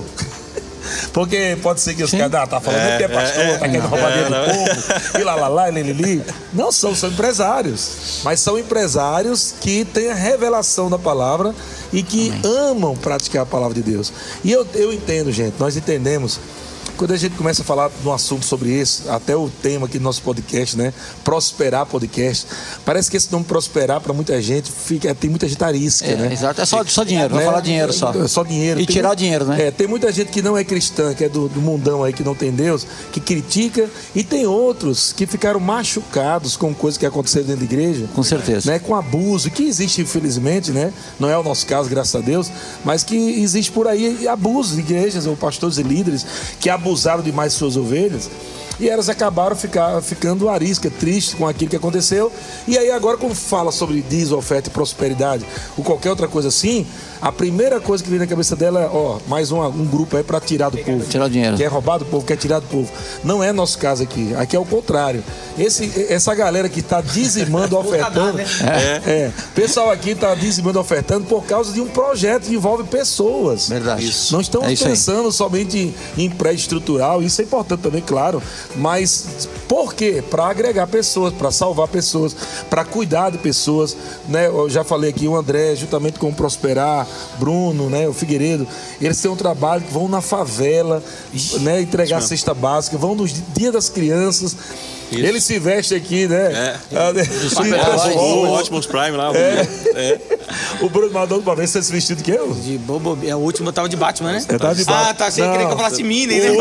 S1: Porque pode ser que os caras ah, tá falando é, que é pastor, é, tá querendo roubar dinheiro do povo, e lá, lá, lá, li, li, li. Não são, são empresários. Mas são empresários que têm a revelação da palavra e que Amém. amam praticar a palavra de Deus. E eu, eu entendo, gente, nós entendemos. Quando a gente começa a falar de um assunto sobre isso, até o tema aqui do nosso podcast, né? Prosperar Podcast. Parece que esse nome prosperar para muita gente fica, tem muita gente arisca,
S3: é,
S1: né?
S3: Exato, é só, só dinheiro,
S1: né?
S3: Vai falar dinheiro só.
S1: É só dinheiro.
S3: E
S1: tem
S3: tirar
S1: muito,
S3: dinheiro, né?
S1: É, tem muita gente que não é cristã, que é do, do mundão aí, que não tem Deus, que critica, e tem outros que ficaram machucados com coisas que aconteceram dentro da igreja.
S3: Com certeza.
S1: Né? Com abuso, que existe infelizmente, né? Não é o nosso caso, graças a Deus, mas que existe por aí abuso de igrejas ou pastores e líderes que abusaram demais de suas ovelhas. e elas acabaram ficar, ficando arisca, triste com aquilo que aconteceu. E aí agora, quando fala sobre dízimo, oferta e prosperidade, ou qualquer outra coisa assim, a primeira coisa que vem na cabeça dela é, ó, mais um, um grupo aí para tirar do povo.
S3: Tirar o dinheiro.
S1: Quer roubar do povo, quer tirar do povo. Não é nosso caso aqui. Aqui é o contrário. Esse, essa galera que está dizimando, ofertando... É, é. Pessoal aqui está dizimando, ofertando por causa de um projeto que envolve pessoas.
S3: Verdade.
S1: Isso. Não estamos é pensando somente em, em pré-estrutural. Isso é importante também, claro. Mas por quê? Para agregar pessoas, para salvar pessoas, para cuidar de pessoas. Né? Eu já falei aqui, o André, juntamente com o Prosperar, Bruno, né, o Figueiredo, eles têm um trabalho que vão na favela, né, entregar cesta básica, vão nos Dia das Crianças. Isso. Ele se veste aqui, né?
S2: É. O Optimus Prime lá.
S1: É. É. O Bruno mandou uma vez você se vestido de quê?
S4: De Bobo. É, o último eu tava de Batman, né?
S1: Eu tava de Batman.
S4: Ah, tá. Você queria que eu falasse Minnie, né?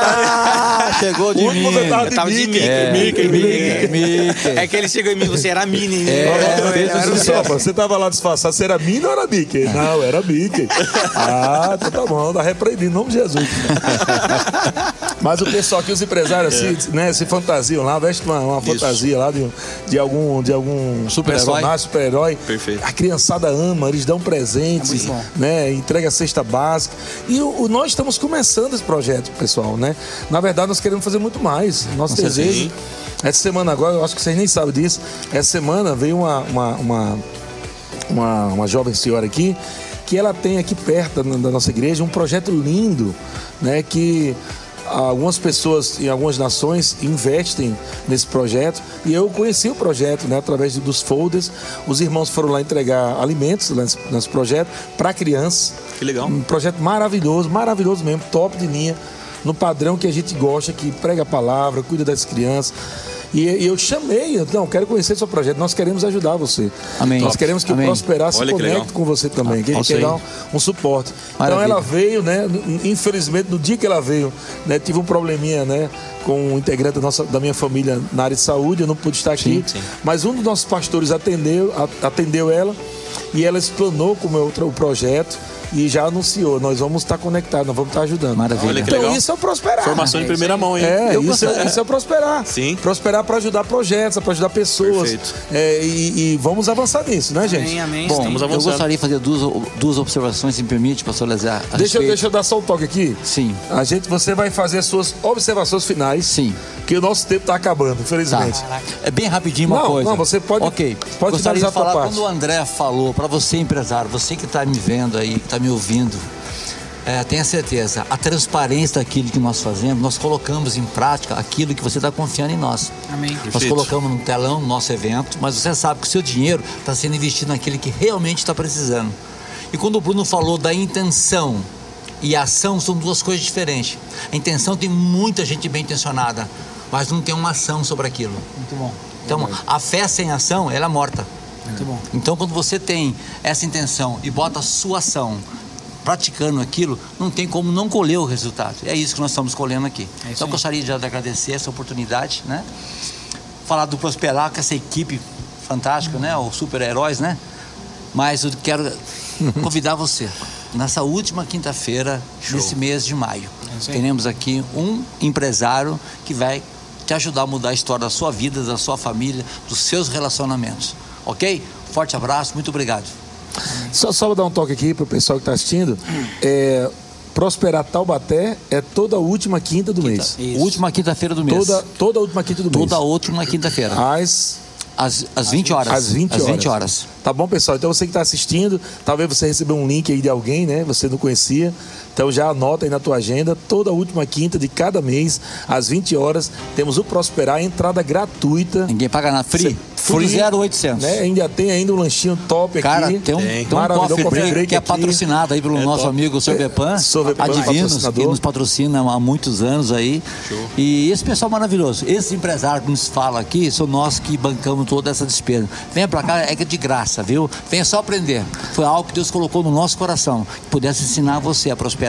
S3: Ah, chegou de Minnie.
S1: Você tava de,
S4: tava de Mickey.
S3: É.
S4: Mickey, Mickey.
S3: Mickey.
S4: É que ele chegou em mim, você era Minnie. Né?
S3: É,
S1: era o só, você tava lá disfarçado, você era Minnie ou era Mickey? Não, era Mickey. Ah, então tá bom, tá repreendido, em nome de Jesus. Mas o pessoal aqui, os empresários, é. se, né, se fantasiam lá, veste uma, uma fantasia lá de, de algum, de algum personagem, super-herói.
S2: Perfeito.
S1: A criançada ama, eles dão presentes, é né, entrega a cesta básica. E o, o, nós estamos começando esse projeto, pessoal, né? Na verdade, nós queremos fazer muito mais. Nosso
S3: Com
S1: desejo.
S3: certeza.
S1: Essa semana agora, eu acho que vocês nem sabem disso, essa semana veio uma, uma, uma, uma, uma jovem senhora aqui, que ela tem aqui perto da, da nossa igreja um projeto lindo, né, que algumas pessoas em algumas nações investem nesse projeto, e eu conheci o projeto, né, através dos folders. Os irmãos foram lá entregar alimentos nesse, nesse projeto para crianças.
S2: Que legal.
S1: Um projeto maravilhoso, maravilhoso mesmo, top de linha, no padrão que a gente gosta, que prega a palavra, cuida das crianças. E, e eu chamei, não, quero conhecer seu projeto, nós queremos ajudar você.
S3: Amém.
S1: Nós queremos que
S3: Amém.
S1: o Prosperar se
S2: Olha que
S1: conecte
S2: legal.
S1: com você também, que a gente
S3: Ah,
S1: quer dar um, um suporte.
S3: Maravilha.
S1: Então ela veio, né, infelizmente no dia que ela veio, né, tive um probleminha, né, com um integrante da, nossa, da minha família na área de saúde, eu não pude estar aqui,
S2: Sim, sim.
S1: mas um dos nossos pastores atendeu, atendeu ela, e ela explanou como é o, o projeto, e já anunciou, nós vamos estar conectados, nós vamos estar ajudando.
S3: Maravilha.
S2: Olha que
S1: Então
S2: legal.
S1: isso é o Prosperar.
S2: Formação
S1: é,
S2: de primeira mão, hein?
S1: É,
S3: Eu
S1: isso,
S3: gostaria-
S1: é, isso é o Prosperar.
S2: Sim.
S1: Prosperar para ajudar projetos, para ajudar pessoas.
S2: Perfeito.
S1: É, e, e vamos avançar nisso, né, gente?
S4: Amém, amém.
S3: Bom,
S2: Estamos
S3: eu
S2: avançando.
S3: gostaria de fazer duas, duas observações, se me permite, pastor Lezar. a
S1: Deixa, eu-
S3: respeito-
S1: deixa eu dar só um toque aqui.
S3: Sim.
S1: A gente, você vai fazer as suas observações finais.
S3: Sim.
S1: Que o nosso tempo está acabando,
S3: Tá.
S1: infelizmente.
S3: É bem rapidinho uma
S1: Não,
S3: coisa.
S1: não, você pode-
S3: Ok.
S1: pode
S3: Gostaria
S1: finalizar
S3: de
S1: a tua
S3: falar,
S1: parte.
S3: quando o André falou, para você empresário, você que está me vendo aí, que está me ouvindo, é, tenha certeza, a transparência daquilo que nós fazemos, nós colocamos em prática aquilo que você está confiando em nós.
S4: Amém.
S3: Nós
S2: Perfeito.
S3: colocamos no telão no nosso evento, mas você sabe que o seu dinheiro está sendo investido naquele que realmente está precisando. E quando o Bruno falou da intenção e a ação, são duas coisas diferentes. A intenção, tem muita gente bem intencionada, mas não tem uma ação sobre aquilo.
S4: Muito bom.
S3: Então, a fé sem ação, ela é morta.
S4: Muito bom.
S3: Então, quando você tem essa intenção e bota a sua ação praticando aquilo, não tem como não colher o resultado. É isso que nós estamos colhendo aqui.
S4: É isso
S3: Então, eu
S4: aí.
S3: gostaria de agradecer essa oportunidade, né? Falar do Prosperar com essa equipe fantástica, né? Os super-heróis, né? Mas eu quero convidar você. Nessa última quinta-feira, desse mês de maio,
S4: É isso aí.
S3: teremos aqui um empresário que vai te ajudar a mudar a história da sua vida, da sua família, dos seus relacionamentos. Ok? Forte abraço, muito obrigado.
S1: Só, só vou dar um toque aqui para o pessoal que está assistindo. É, Prosperar Taubaté é toda a última quinta do mês.
S4: Isso.
S3: Última quinta-feira do mês.
S1: Toda, toda a última quinta do mês.
S3: Toda a última quinta-feira.
S1: Às,
S3: Às, às vinte horas.
S1: às vinte
S3: Às
S1: horas.
S3: vinte horas.
S1: Tá bom, pessoal? Então você que está assistindo, talvez você recebeu um link aí de alguém, né? Você não conhecia. Então já anota aí na tua agenda, toda a última quinta de cada mês, às vinte horas, temos o Prosperar, entrada gratuita.
S3: Ninguém paga nada. Free. Tudo
S1: Free,
S3: zero oitocentos.
S1: Né? Ainda tem ainda um lanchinho top
S3: Cara,
S1: aqui.
S3: tem um,
S2: Tem.
S3: tem um
S1: Maravilhoso,
S3: coffee
S1: coffee
S3: break,
S1: break
S3: que é
S1: aqui.
S3: patrocinado aí pelo
S2: É
S3: nosso
S2: top.
S3: amigo Sorvepan,
S1: É, Sorvepan,
S3: Adivinos,
S1: patrocinador.
S3: que nos patrocina há muitos anos aí.
S2: Show.
S3: E esse pessoal maravilhoso, esses empresários que nos falam aqui, são nós que bancamos toda essa despesa. Venha pra cá, é de graça, viu? Venha só aprender. Foi algo que Deus colocou no nosso coração, que pudesse ensinar você a prosperar.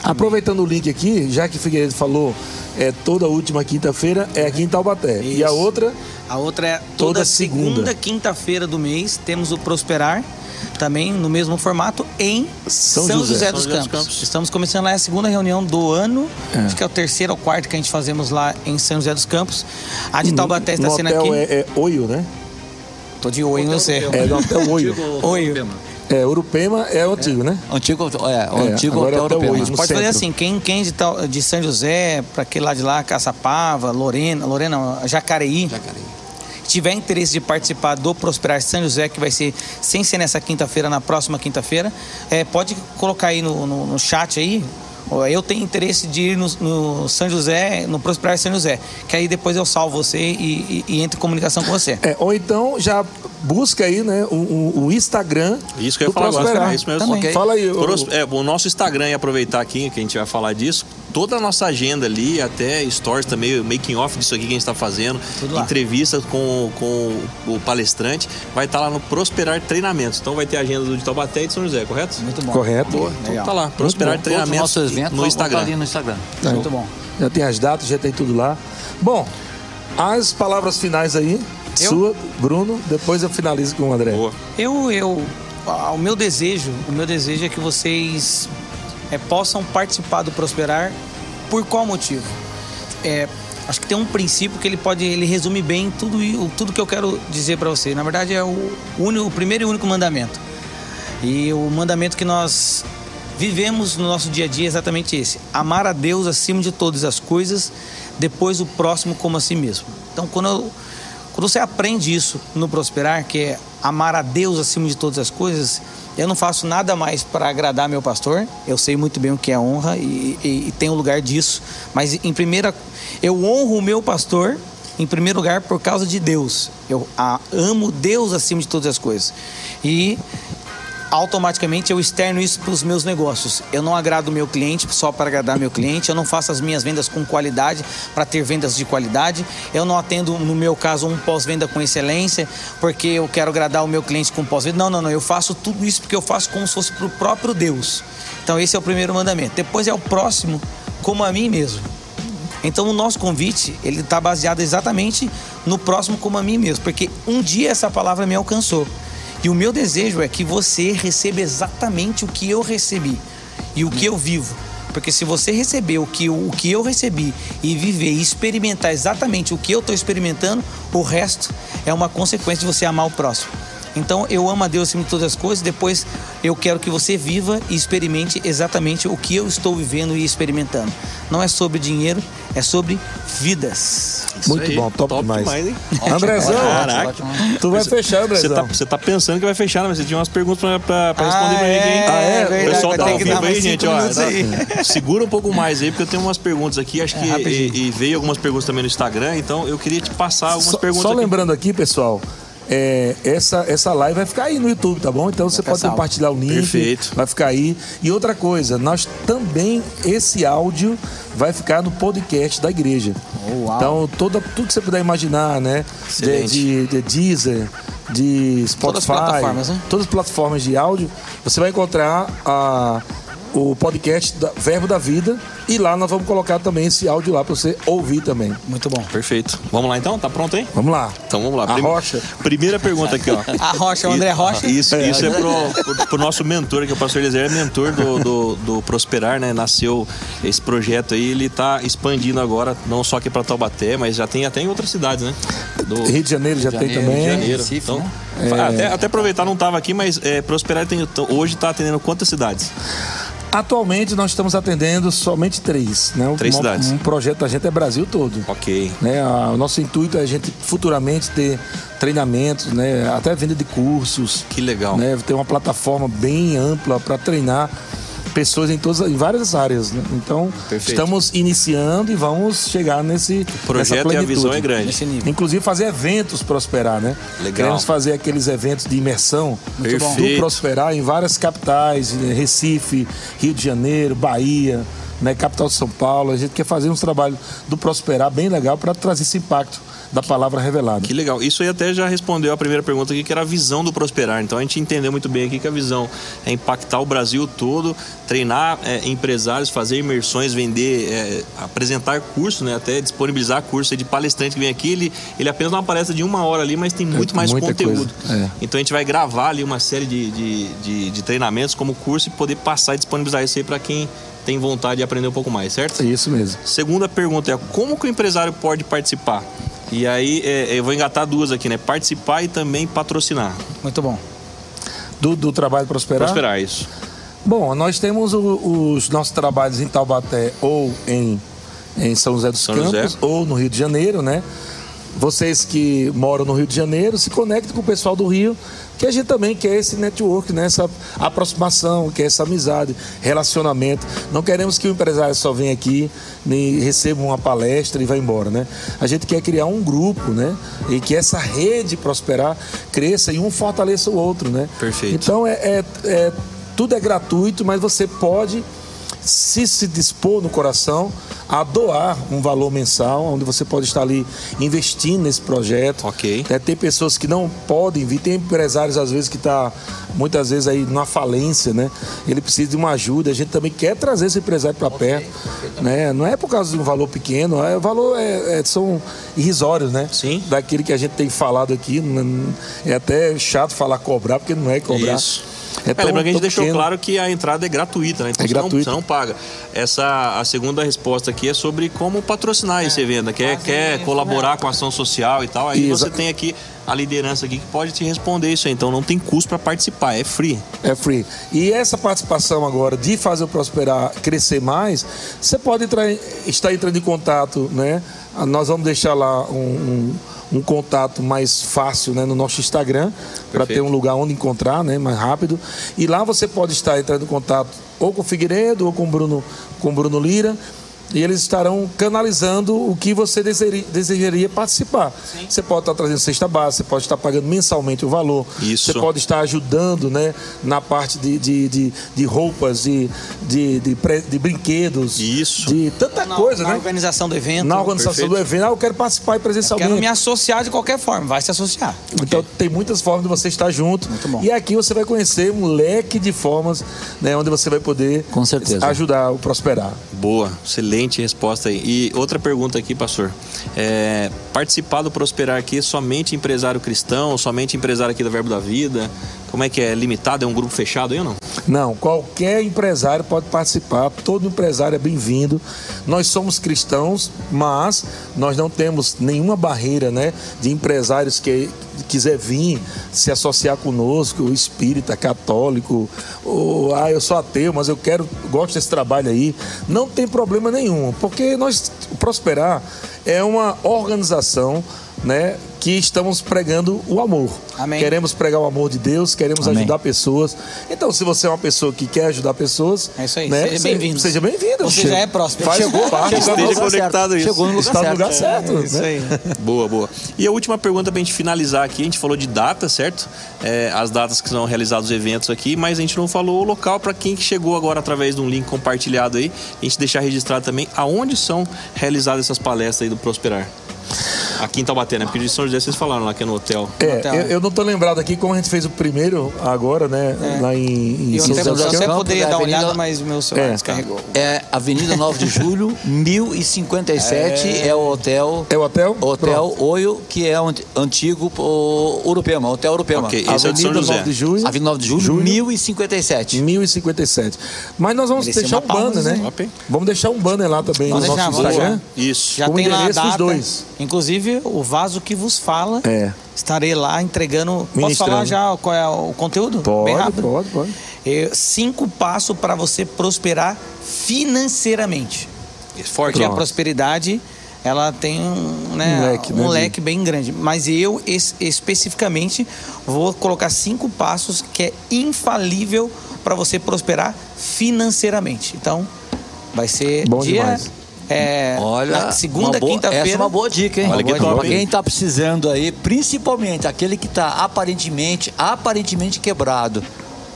S1: Aproveitando o link aqui, já que Figueiredo falou, é toda última quinta-feira, é aqui em Taubaté.
S4: Isso.
S1: E a outra?
S4: A outra é
S1: Toda
S4: toda,
S1: segunda.
S4: segunda, quinta-feira do mês, temos o Prosperar, também no mesmo formato, em
S1: São
S4: São,
S1: José.
S4: José, dos,
S2: São José dos
S4: Campos.
S2: Campos.
S4: Estamos começando lá a segunda reunião do ano,
S1: É.
S4: acho que é o terceiro ou quarto que a gente fazemos lá em São José dos Campos. A de Taubaté está
S1: no
S4: sendo
S1: hotel
S4: aqui.
S1: é, é Oio, né?
S4: Tô de oi em você.
S1: É no Hotel Oio.
S4: Oi.
S1: É, Urupema é o antigo, né?
S3: Antigo, é, o
S1: É,
S3: antigo
S1: agora é
S3: hotel
S1: Hotel
S3: europeu.
S1: Oio.
S3: né?
S1: No
S4: Pode fazer
S1: centro.
S4: assim, quem, quem de, tal, de São José, para aquele lado de lá, Caçapava, Lorena, Lorena, não, Jacareí,
S3: Jacareí.
S4: tiver interesse de participar do Prosperar São José, que vai ser, sem ser nessa quinta-feira, na próxima quinta-feira, é, pode colocar aí no, no, no chat aí, ó, eu tenho interesse de ir no, no São José, no Prosperar São José, que aí depois eu salvo você e, e, e entro em comunicação com você.
S1: É, ou então já busca aí, né, o, o- o Instagram
S2: Isso que eu ia
S1: do
S2: falar agora,
S1: Prosperar.
S2: é isso mesmo.
S4: Também.
S2: Ok.
S1: Fala aí.
S2: Pros-
S1: o-
S2: é, o nosso Instagram, e aproveitar aqui que a gente vai falar disso, toda a nossa agenda ali, até stories também, making off disso aqui que a gente está fazendo,
S4: Tudo lá.
S2: entrevistas com, com o palestrante, vai estar lá no Prosperar Treinamentos. Então vai ter a agenda do de Taubaté e de São José, correto?
S4: Muito bom.
S1: Correto.
S2: Boa. Então
S4: Legal.
S2: tá lá, Prosperar
S1: bom.
S3: Todos os
S2: Treinamentos
S3: nossos eventos
S2: no
S3: vão estar
S2: Instagram.
S3: ali no Instagram.
S4: Muito bom.
S1: Já tem as datas, já tem tudo lá. Bom, as palavras finais aí,
S4: Eu?
S1: sua, Bruno, depois eu finalizo com o André.
S2: Boa.
S4: Eu, eu, ah, o meu desejo, o meu desejo é que vocês é, possam participar do Prosperar. Por qual motivo? É, acho que tem um princípio que ele pode, ele resume bem tudo i- tudo que eu quero dizer para você. Na verdade é o, único, o primeiro e único mandamento. E o mandamento que nós vivemos no nosso dia a dia é exatamente esse: amar a Deus acima de todas as coisas, depois o próximo como a si mesmo. Então, quando eu Quando você aprende isso no Prosperar, que é amar a Deus acima de todas as coisas, eu não faço nada mais para agradar meu pastor. Eu sei muito bem o que é honra e, e, e tenho lugar disso. Mas em primeira, eu honro o meu pastor em primeiro lugar por causa de Deus. Eu a, amo Deus acima de todas as coisas. E automaticamente eu externo isso para os meus negócios. Eu não agrado o meu cliente só para agradar meu cliente, eu não faço as minhas vendas com qualidade para ter vendas de qualidade, eu não atendo, no meu caso, um pós-venda com excelência porque eu quero agradar o meu cliente com pós-venda. Não, não, não, eu faço tudo isso porque eu faço como se fosse para o próprio Deus. Então esse é o primeiro mandamento. Depois é o próximo como a mim mesmo. Então o nosso convite, ele está baseado exatamente no próximo como a mim mesmo, porque um dia essa palavra me alcançou. E o meu desejo é que você receba exatamente o que eu recebi e o que eu vivo. Porque se você receber o que, o que eu recebi e viver e experimentar exatamente o que eu estou experimentando, o resto é uma consequência de você amar o próximo. Então eu amo a Deus acima de todas as coisas, depois eu quero que você viva e experimente exatamente o que eu estou vivendo e experimentando. Não é sobre dinheiro, é sobre vidas.
S2: Isso
S1: Muito
S2: aí.
S1: bom, top demais.
S2: hein?
S1: Andrezão,
S2: Caraca.
S3: Ótimo.
S1: tu vai fechar,
S2: Você
S1: Andrezão.
S2: tá, você tá pensando que vai fechar, mas você tinha umas perguntas pra, pra, pra responder
S4: Ah,
S2: pra mim aqui, hein?
S4: é,
S1: Ah, é?
S2: O
S4: verdade,
S2: pessoal
S4: vai
S2: tá
S4: ter
S2: ao
S4: que
S2: vivo
S4: dar mais
S2: aí, gente,
S4: cinco
S2: ó.
S4: minutos aí.
S2: Segura um pouco mais aí, porque eu tenho umas perguntas aqui, acho que
S4: rapidinho.
S2: e, e veio algumas perguntas também no Instagram, então eu queria te passar algumas
S1: Só,
S2: perguntas
S1: só
S2: aqui.
S1: lembrando aqui, pessoal, é, essa, essa live vai ficar aí no YouTube, tá bom? Então você
S4: ficar
S1: pode
S4: salvo.
S1: compartilhar o link.
S2: Perfeito.
S1: Vai ficar aí. E outra coisa, nós também, esse áudio vai ficar no podcast da igreja.
S4: Oh, uau.
S1: Então, toda, tudo que você puder imaginar, né? De,
S2: Excelente.
S1: de, de Deezer, de Spotify,
S4: Todas as plataformas, né?
S1: todas as plataformas de áudio, você vai encontrar a, o podcast da Verbo da Vida. E lá nós vamos colocar também esse áudio lá para você ouvir também.
S4: Muito bom.
S2: Perfeito. Vamos lá então? Tá pronto aí?
S1: Vamos lá.
S2: Então vamos lá.
S1: A Rocha.
S2: Primeira pergunta aqui, ó.
S4: A Rocha, o André Rocha.
S2: Isso, isso é pro, pro, pro nosso mentor, que é o pastor Eliezer, é mentor do, do, do Prosperar, né? Nasceu esse projeto aí, ele tá expandindo agora, não só aqui para Taubaté, mas já tem até em outras cidades, né? Do
S1: Rio de Janeiro já tem
S3: Janeiro,
S1: também.
S3: Rio de
S2: Janeiro.
S3: Recife,
S2: Então,
S3: né?
S2: até, até aproveitar, não tava aqui, mas é, Prosperar tem, hoje tá atendendo quantas cidades?
S1: Atualmente nós estamos atendendo somente três, né?
S2: Três
S1: um,
S2: cidades.
S1: Um projeto da gente é Brasil todo.
S2: Ok.
S1: Né? A- o nosso intuito é a gente futuramente ter treinamentos, né? Até venda de cursos.
S2: Que legal.
S1: Né? Ter uma plataforma bem ampla para treinar pessoas em todas, em várias áreas. Né? Então,
S2: Perfeito.
S1: estamos iniciando e vamos chegar nesse
S2: O projeto e a visão é grande.
S4: Nesse nível.
S1: Inclusive fazer eventos Prosperar, né?
S2: Legal.
S1: Queremos fazer aqueles eventos de imersão
S2: Muito bom.
S1: do
S2: Perfeito.
S1: Prosperar em várias capitais, né? Recife, Rio de Janeiro, Bahia, né? Capital de São Paulo. A gente quer fazer uns trabalhos do Prosperar bem legal para trazer esse impacto da palavra revelada.
S2: Que legal. Isso aí até já respondeu a primeira pergunta aqui, que era a visão do Prosperar. Então a gente entendeu muito bem aqui que a visão é impactar o Brasil todo, treinar é, empresários, fazer imersões, vender, é, apresentar cursos, né? Até disponibilizar curso de palestrante que vem aqui. Ele, ele apenas dá uma palestra de uma hora ali, mas tem muito é, mais conteúdo. É. Então a gente vai gravar ali uma série de, de, de, de treinamentos como curso e poder passar e disponibilizar isso aí para quem tem vontade de aprender um pouco mais, certo?
S1: É isso mesmo.
S2: Segunda pergunta é: como que o empresário pode participar? E aí é, eu vou engatar duas aqui, né? Participar e também patrocinar.
S4: Muito bom.
S1: Do, do trabalho Prosperar?
S2: Prosperar, isso.
S1: Bom, nós temos o, os nossos trabalhos em Taubaté ou em, em São José dos
S2: São
S1: Campos
S2: José.
S1: ou no Rio de Janeiro, né? Vocês que moram no Rio de Janeiro, se conectem com o pessoal do Rio, que a gente também quer esse network, né? Essa aproximação, quer essa amizade, relacionamento. Não queremos que o empresário só venha aqui e receba uma palestra e vá embora, né? A gente quer criar um grupo, né? E que essa rede Prosperar cresça e um fortaleça o outro, né?
S2: Perfeito.
S1: Então, é, é, é, tudo é gratuito, mas você pode, se se dispor no coração, a doar um valor mensal, onde você pode estar ali investindo nesse projeto.
S2: Ok.
S1: É, tem pessoas que não podem vir, tem empresários às vezes que está muitas vezes aí na falência, né? Ele precisa de uma ajuda, a gente também quer trazer esse empresário para perto, né? Não é por causa de um valor pequeno, é, o valor é, é, são irrisórios, né?
S2: Sim.
S1: Daquele que a gente tem falado aqui, é até chato falar cobrar, porque não é cobrar.
S2: Isso.
S1: É
S2: É, lembrando que a gente deixou
S1: pequeno.
S2: claro que a entrada é gratuita, né? Então
S1: É
S2: você, não,
S1: gratuito.
S2: você não paga. Essa, a segunda resposta aqui é sobre como patrocinar esse evento, né? Quer, quer colaborar com a ação social e tal, aí
S1: Exa-
S2: você tem aqui a liderança aqui que pode te responder isso aí. Então não tem custo para participar, é free.
S1: É free. E essa participação agora de fazer o Prosperar crescer mais, você pode entrar, estar entrando em contato, né? Nós vamos deixar lá um, um, um contato mais fácil, né, no nosso Instagram, para ter um lugar onde encontrar, né, mais rápido. E lá você pode estar entrando em contato ou com o Figueiredo ou com o Bruno, com o Bruno Lira. E eles estarão canalizando o que você desejaria, desejaria participar. Sim. Você pode estar trazendo cesta básica, você pode estar pagando mensalmente o valor.
S2: Isso.
S1: Você pode estar ajudando, né, na parte de, de, de, de roupas, de, de, de, pre, de brinquedos.
S2: Isso.
S1: De tanta
S4: na,
S1: coisa,
S4: na
S1: né?
S4: Na organização do evento.
S1: Na organização
S2: Perfeito.
S1: do evento. Ah, eu quero participar presencialmente.
S4: Quero me associar de qualquer forma. Vai se associar.
S1: Então
S4: Okay.
S1: tem muitas formas de você estar junto.
S4: Muito bom.
S1: E aqui você vai conhecer um leque de formas, né, onde você vai poder
S3: Com certeza.
S1: ajudar o Prosperar.
S2: Boa, excelente resposta aí. E outra pergunta aqui, pastor. É, participar do Prosperar aqui é somente empresário cristão, somente empresário aqui do Verbo da Vida? Como é que é? Limitado? É um grupo fechado aí ou não?
S1: Não, qualquer empresário pode participar, todo empresário é bem-vindo. Nós somos cristãos, mas nós não temos nenhuma barreira, né, de empresários que quiser vir se associar conosco, o espírita, católico, ou ah, eu sou ateu, mas eu quero, gosto desse trabalho aí. Não tem problema nenhum, porque nós, o Prosperar é uma organização, né, que estamos pregando o amor.
S4: Amém.
S1: Queremos pregar o amor de Deus, queremos
S3: Amém.
S1: ajudar pessoas. Então, se você é uma pessoa que quer ajudar pessoas,
S4: É isso aí,
S1: né,
S4: seja bem-vindo.
S1: Seja bem-vindo.
S4: Você já é próspero.
S1: Faz
S4: Chegou,
S1: parte,
S3: chegou no
S1: esteja
S3: lugar
S2: conectado
S3: certo.
S2: isso.
S3: Chegou no lugar
S1: está no
S3: certo.
S1: lugar certo.
S4: É isso
S1: né?
S4: aí.
S2: Boa, boa. E a última pergunta pra gente finalizar aqui, a gente falou de data, certo? É, as datas que são realizados os eventos aqui, mas a gente não falou o local para quem que chegou agora através de um link compartilhado aí. A gente deixar registrado também aonde são realizadas essas palestras aí do Prosperar. Aqui em Taubaté, né? Porque de São José vocês falaram lá que é no hotel.
S1: É,
S4: Hotel.
S1: eu, eu não tô lembrado aqui como a gente fez o primeiro agora, né?
S4: É.
S1: Lá em, em
S4: E eu
S1: São
S4: até,
S1: José dos
S4: eu até
S1: Campos.
S4: poderia
S3: da
S4: dar uma
S3: Avenida-
S4: olhada, mas o meu celular
S1: É.
S4: descarregou.
S3: É Avenida nove de Julho, mil e cinquenta e sete, é, é o hotel...
S1: É o hotel?
S3: Hotel
S1: Pronto.
S3: Oio, que é o antigo o, Urupema, Hotel Urupema.
S2: Ok, esse é o de São
S1: Avenida
S2: José.
S1: nove de Julho,
S3: Avenida nove de Julho,
S1: Julho.
S3: mil e cinquenta e sete.
S1: mil e cinquenta e sete. Mas nós vamos
S4: Merecia
S1: deixar
S4: uma
S1: um banner,
S4: pausa,
S1: né?
S4: hein?
S2: Top.
S1: Vamos deixar um banner lá também
S4: Vamos
S1: no
S4: deixar,
S1: nosso
S4: vamos
S1: Instagram.
S2: Isso.
S4: Já
S1: Com
S4: tem lá a
S1: endereço dos
S4: data.
S1: dois.
S4: Inclusive, o vaso que vos fala.
S1: É.
S4: Estarei lá entregando. Posso
S1: Ministrando.
S4: falar já qual é o conteúdo? Bem
S1: Pode,
S4: rápido.
S1: pode, pode.
S4: É, cinco passos para você prosperar financeiramente.
S2: Forte.
S4: Porque a
S1: Pronto.
S4: prosperidade, ela tem um, né,
S1: Um leque,
S4: um
S1: né,
S4: leque bem grande. Mas eu, es- especificamente, vou colocar cinco passos que é infalível para você prosperar financeiramente. Então, vai ser
S1: Bom
S4: dia...
S1: demais.
S4: É,
S3: Olha,
S4: na segunda,
S3: uma boa-
S4: quinta-feira.
S3: essa é uma boa dica, hein?
S2: Olha que
S3: Uma
S2: top,
S3: boa dica. Pra
S2: hein?
S3: quem tá precisando aí, principalmente aquele que tá aparentemente, aparentemente quebrado.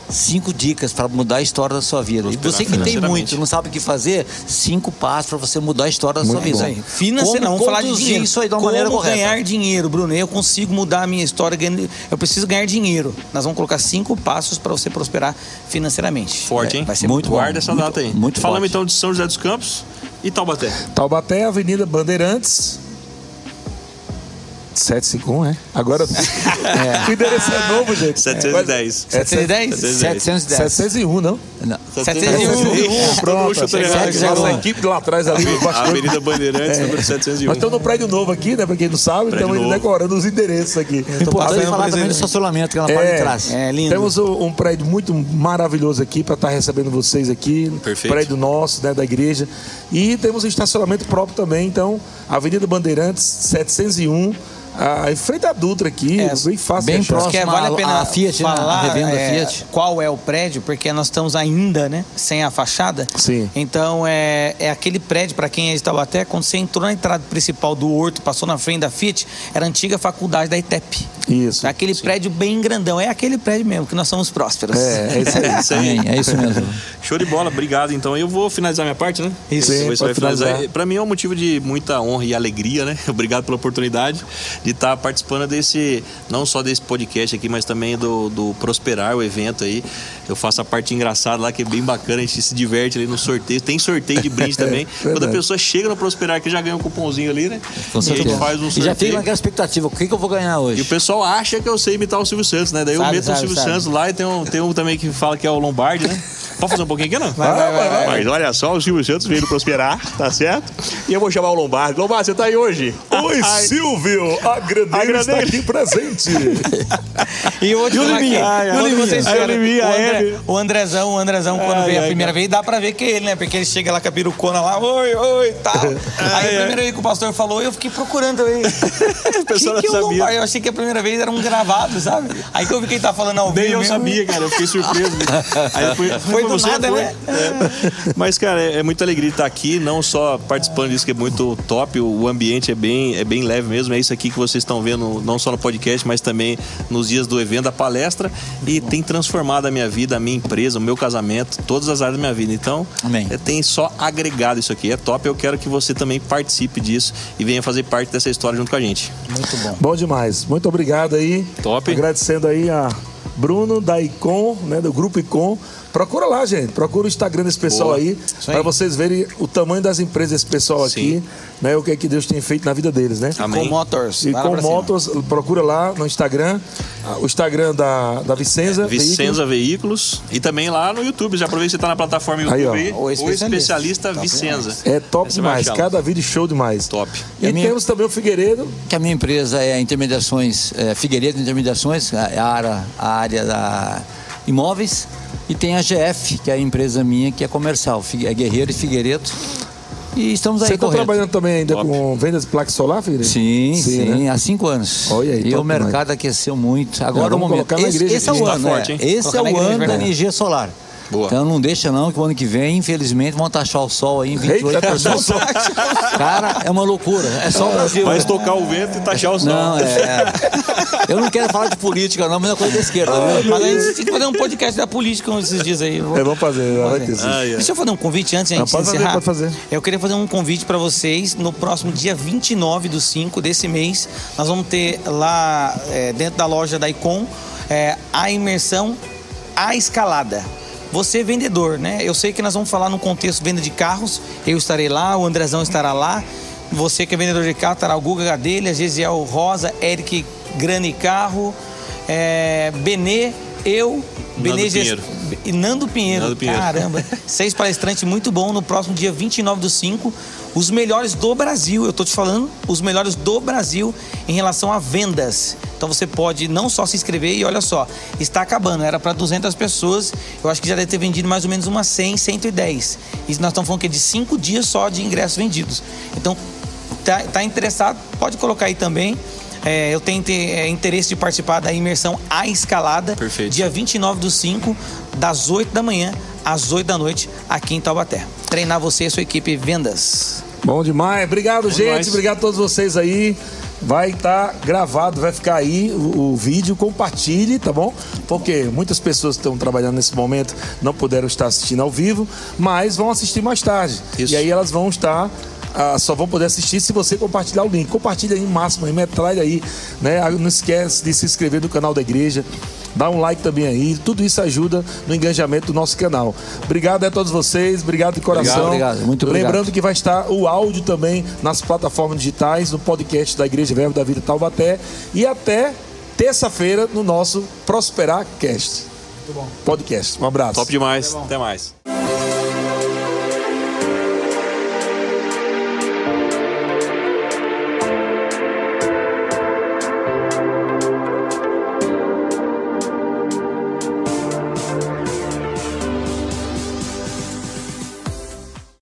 S3: Cinco dicas para mudar a história da sua vida. E você que tem muito, não sabe o que fazer, cinco passos para você mudar a história da
S4: muito
S3: sua vida.
S4: Aí. Financeiramente, vamos falar de dinheiro.
S3: Isso aí de uma
S4: Como
S3: maneira correta.
S4: ganhar dinheiro, Bruno? Eu consigo mudar a minha história. Eu preciso ganhar dinheiro. Nós vamos colocar cinco passos para você prosperar financeiramente.
S2: Forte, hein?
S4: Vai ser
S2: muito
S4: muito
S2: Guarda essa
S3: muito,
S2: data aí.
S3: Muito
S2: Falamos
S3: forte.
S2: então de São José dos Campos e Taubaté.
S1: Taubaté, Avenida Bandeirantes. setecentos e cinquenta e um, é? Agora é. O endereço é novo, gente.
S2: setecentos e dez.
S1: É
S4: setecentos e dez?
S3: setecentos e dez.
S1: setecentos e um, não?
S3: Não.
S4: setecentos e um.
S1: Pronto. Nossa equipe lá atrás ali.
S2: A Avenida Bandeirantes, número setecentos e um.
S1: Nós estamos no prédio novo aqui, né? Pra quem não sabe,
S2: Prédio
S1: estamos ainda
S2: novo.
S1: decorando os endereços aqui.
S3: Importante falar também do estacionamento, que é na parte de trás.
S4: É lindo.
S1: Temos um, um prédio muito maravilhoso aqui para estar recebendo vocês aqui.
S2: Perfeito.
S1: Prédio nosso, né, da igreja. E temos um estacionamento próprio também. Então, Avenida Bandeirantes, setecentos e um. Ah, em frente à Dutra aqui,
S4: É,
S1: bem fácil
S3: bem
S1: de achar.
S3: próximo.
S4: Porque vale a pena
S3: a Fiat, né?
S4: falar
S3: A revenda
S4: é,
S3: Fiat.
S4: qual é o prédio, porque nós estamos ainda, né, sem a fachada.
S1: Sim.
S4: Então é, é aquele prédio, para quem é de Taubaté, quando você entrou na entrada principal do Horto, passou na frente da Fiat, era a antiga faculdade da I T E P.
S1: Isso.
S4: Aquele Sim. prédio bem grandão, é aquele prédio mesmo, que nós somos prósperos.
S1: É, é isso aí.
S2: É isso aí.
S3: É isso mesmo.
S2: Show de bola, obrigado. Então eu vou finalizar minha parte, né?
S4: Isso.
S1: Sim,
S2: Você vai
S1: pode finalizar.
S2: finalizar. Para mim é um motivo de muita honra e alegria, né? Obrigado pela oportunidade de estar participando desse, não só desse podcast aqui, mas também do, do Prosperar, o evento aí. Eu faço a parte engraçada lá, que é bem bacana, a gente se diverte ali no sorteio. Tem sorteio de brinde também.
S1: É,
S2: Quando a pessoa chega no Prosperar, que já ganha um cupomzinho ali, né?
S3: Com
S2: E a gente
S3: certeza.
S2: faz um
S3: E
S2: sorteio.
S3: já fica naquela expectativa, o que, que eu vou ganhar hoje?
S2: E o pessoal acha que eu sei imitar o Silvio Santos, né? Daí eu
S4: Sabe,
S2: meto
S4: sabe,
S2: o Silvio
S4: sabe.
S2: Santos lá e tem um, tem um também que fala que é o Lombardi, né? Pode fazer um pouquinho aqui, não?
S4: Vai, vai, vai, vai.
S2: Mas olha só, o Silvio Santos veio Prosperar, tá certo? E eu vou chamar o Lombardi. Lombardi, você tá aí hoje?
S1: Oi, Silvio! A graneira está aqui presente.
S4: E eu vou te
S2: E o
S4: falar
S2: Liminha?
S4: aqui,
S2: Ai, ai,
S4: quando
S2: o
S4: você
S2: Liminha.
S4: chega,
S2: Ai, o Liminha,
S4: o,
S2: é,
S4: André,
S2: meu.
S4: o Andrezão, o Andrezão, quando
S2: Ai,
S4: veio a
S2: ai,
S4: primeira
S2: cara.
S4: vez, dá pra ver que é ele, né? Porque ele chega lá com a perucona lá, oi, oi, tal. Aí a primeira vez que o pastor falou, eu fiquei procurando também.
S2: O pessoal
S4: que
S2: não
S4: que eu,
S2: sabia.
S4: não- eu achei que a primeira vez era um gravado, sabe? Aí que eu vi que ele tá falando ao vivo.
S2: Nem eu
S4: mesmo.
S2: sabia, cara. Eu fiquei surpreso. Aí foi,
S4: Foi do
S2: você,
S4: nada,
S2: foi.
S4: né?
S2: É. Mas, cara, é, é muita alegria estar aqui, não só participando disso, que é muito top, o, o ambiente é bem, é bem leve mesmo. É isso aqui que vocês estão vendo, não só no podcast, mas também nos dias do evento, da palestra. E tem transformado a minha vida, a minha empresa, o meu casamento, todas as áreas da minha vida. Então,
S3: Amém.
S2: é, tem só agregado isso aqui. É top. Eu quero que você também participe disso e venha fazer parte dessa história junto com a gente.
S4: Muito bom.
S1: Bom demais. Muito obrigado aí.
S2: Top.
S1: Agradecendo aí a Bruno da Icon, né, do Grupo Icon. Procura lá, gente. Procura o Instagram desse pessoal
S2: Boa.
S1: aí,
S4: Isso aí.
S1: para vocês verem o tamanho das empresas desse pessoal
S2: Sim.
S1: aqui, né? O que é que Deus tem feito na vida deles, né?
S2: Amém.
S4: Com Motors.
S1: E
S4: vai lá
S1: com
S4: pra cima.
S1: motos, procura lá no Instagram, o Instagram da, da Vicenza.
S2: Vicenza Veículos. E também lá no YouTube. Já aproveita que você está na plataforma YouTube
S1: Aí, ó.
S2: aí.
S4: O
S2: O
S4: especialista.
S2: especialista
S4: Top
S2: Vicenza.
S1: É top
S2: Aí você vai
S1: demais,
S2: achá-lo.
S1: cada vídeo show demais.
S2: Top.
S1: E
S3: E a minha-
S1: temos também o Figueiredo.
S3: Que a minha empresa é Intermediações, é, Figueiredo Intermediações, é a área, a área da imóveis, e tem a G F, que é a empresa minha, que é comercial, Figue- é Guerreiro e Figueiredo. E estamos aí
S1: Você está
S3: correndo.
S1: trabalhando também ainda
S2: Top.
S1: com vendas de placa solar, Figueiredo?
S3: Sim, sim,
S1: né?
S3: há cinco anos.
S1: Olha aí,
S3: e
S1: top
S3: o mercado aqueceu muito. Agora
S1: vamos
S3: o momento.
S1: colocar na
S3: Esse,
S1: igreja
S3: esse é
S1: aqui.
S3: o
S2: Tá
S3: ano,
S2: forte,
S3: é.
S2: hein?
S3: Esse
S4: Colocar
S3: é
S4: na
S3: o
S4: igreja,
S3: ano da
S4: verdade.
S3: energia solar.
S2: Boa.
S3: Então não deixa não, que o ano que vem, infelizmente, vão taxar o sol aí em vinte e oito
S1: Eita,
S3: por cento. Cara, é uma loucura. É só o Brasil.
S2: Vai
S3: né?
S2: estocar o vento e taxar o sol.
S3: Não, é. Eu não quero falar de política, não, mas é coisa da esquerda, viu?
S4: Mas a gente tem que fazer um podcast da política esses dias aí. Eu vou-
S1: É, vamos fazer, vai ter sim.
S2: Ai, ai.
S4: Deixa eu fazer um convite antes de a
S1: Não,
S4: gente
S1: pode fazer,
S4: encerrar.
S1: pode fazer.
S4: Eu queria fazer um convite para vocês. No próximo dia vinte e nove do cinco desse mês, nós vamos ter lá é, dentro da loja da Icon é, a imersão à escalada. Você vendedor, né? Eu sei que nós vamos falar no contexto venda de carros. Eu estarei lá, o Andrezão estará lá. Você que é vendedor de carro, estará o Guga Gadelha, Gesiel Rosa, Eric Grani Carro, é, Benê, eu, Benê Ges-
S2: Pinheiro.
S4: e Nando Pinheiro.
S2: Nando Pinheiro.
S4: Caramba. Seis palestrantes muito bom no próximo dia vinte e nove do cinco. Os melhores do Brasil, eu tô te falando, os melhores do Brasil em relação a vendas. Então você pode não só se inscrever e olha só, está acabando, era para duzentas pessoas, eu acho que já deve ter vendido mais ou menos umas cem, cento e dez. E nós estamos falando que é de cinco dias só de ingressos vendidos. Então, tá, tá interessado, pode colocar aí também. É, eu tenho te- é, interesse de participar da imersão à escalada.
S2: Perfeito.
S4: Dia vinte e nove do cinco, das oito da manhã às oito da noite, aqui em Taubaté. Treinar você e a sua equipe vendas.
S1: Bom demais. Obrigado, gente.
S2: demais.
S1: Obrigado a todos vocês aí. vai estar gravado, vai ficar aí o, o vídeo, compartilhe, tá bom? Porque muitas pessoas que estão trabalhando nesse momento não puderam estar assistindo ao vivo, mas vão assistir mais tarde.
S2: Isso.
S1: E aí elas vão estar... Ah, só vão poder assistir se você compartilhar o link. Compartilha aí o máximo, aí, metralha aí, né? Não esquece de se inscrever no canal da igreja. Dá um like também aí. Tudo isso ajuda no engajamento do nosso canal. Obrigado a todos vocês. Obrigado de coração.
S3: Obrigado, obrigado. Muito obrigado.
S1: Lembrando que vai estar o áudio também nas plataformas digitais, no podcast da Igreja Verbo da Vida Taubaté. E até terça-feira no nosso Prosperar Cast. Muito bom. Podcast. Um abraço.
S2: Top demais. Até mais.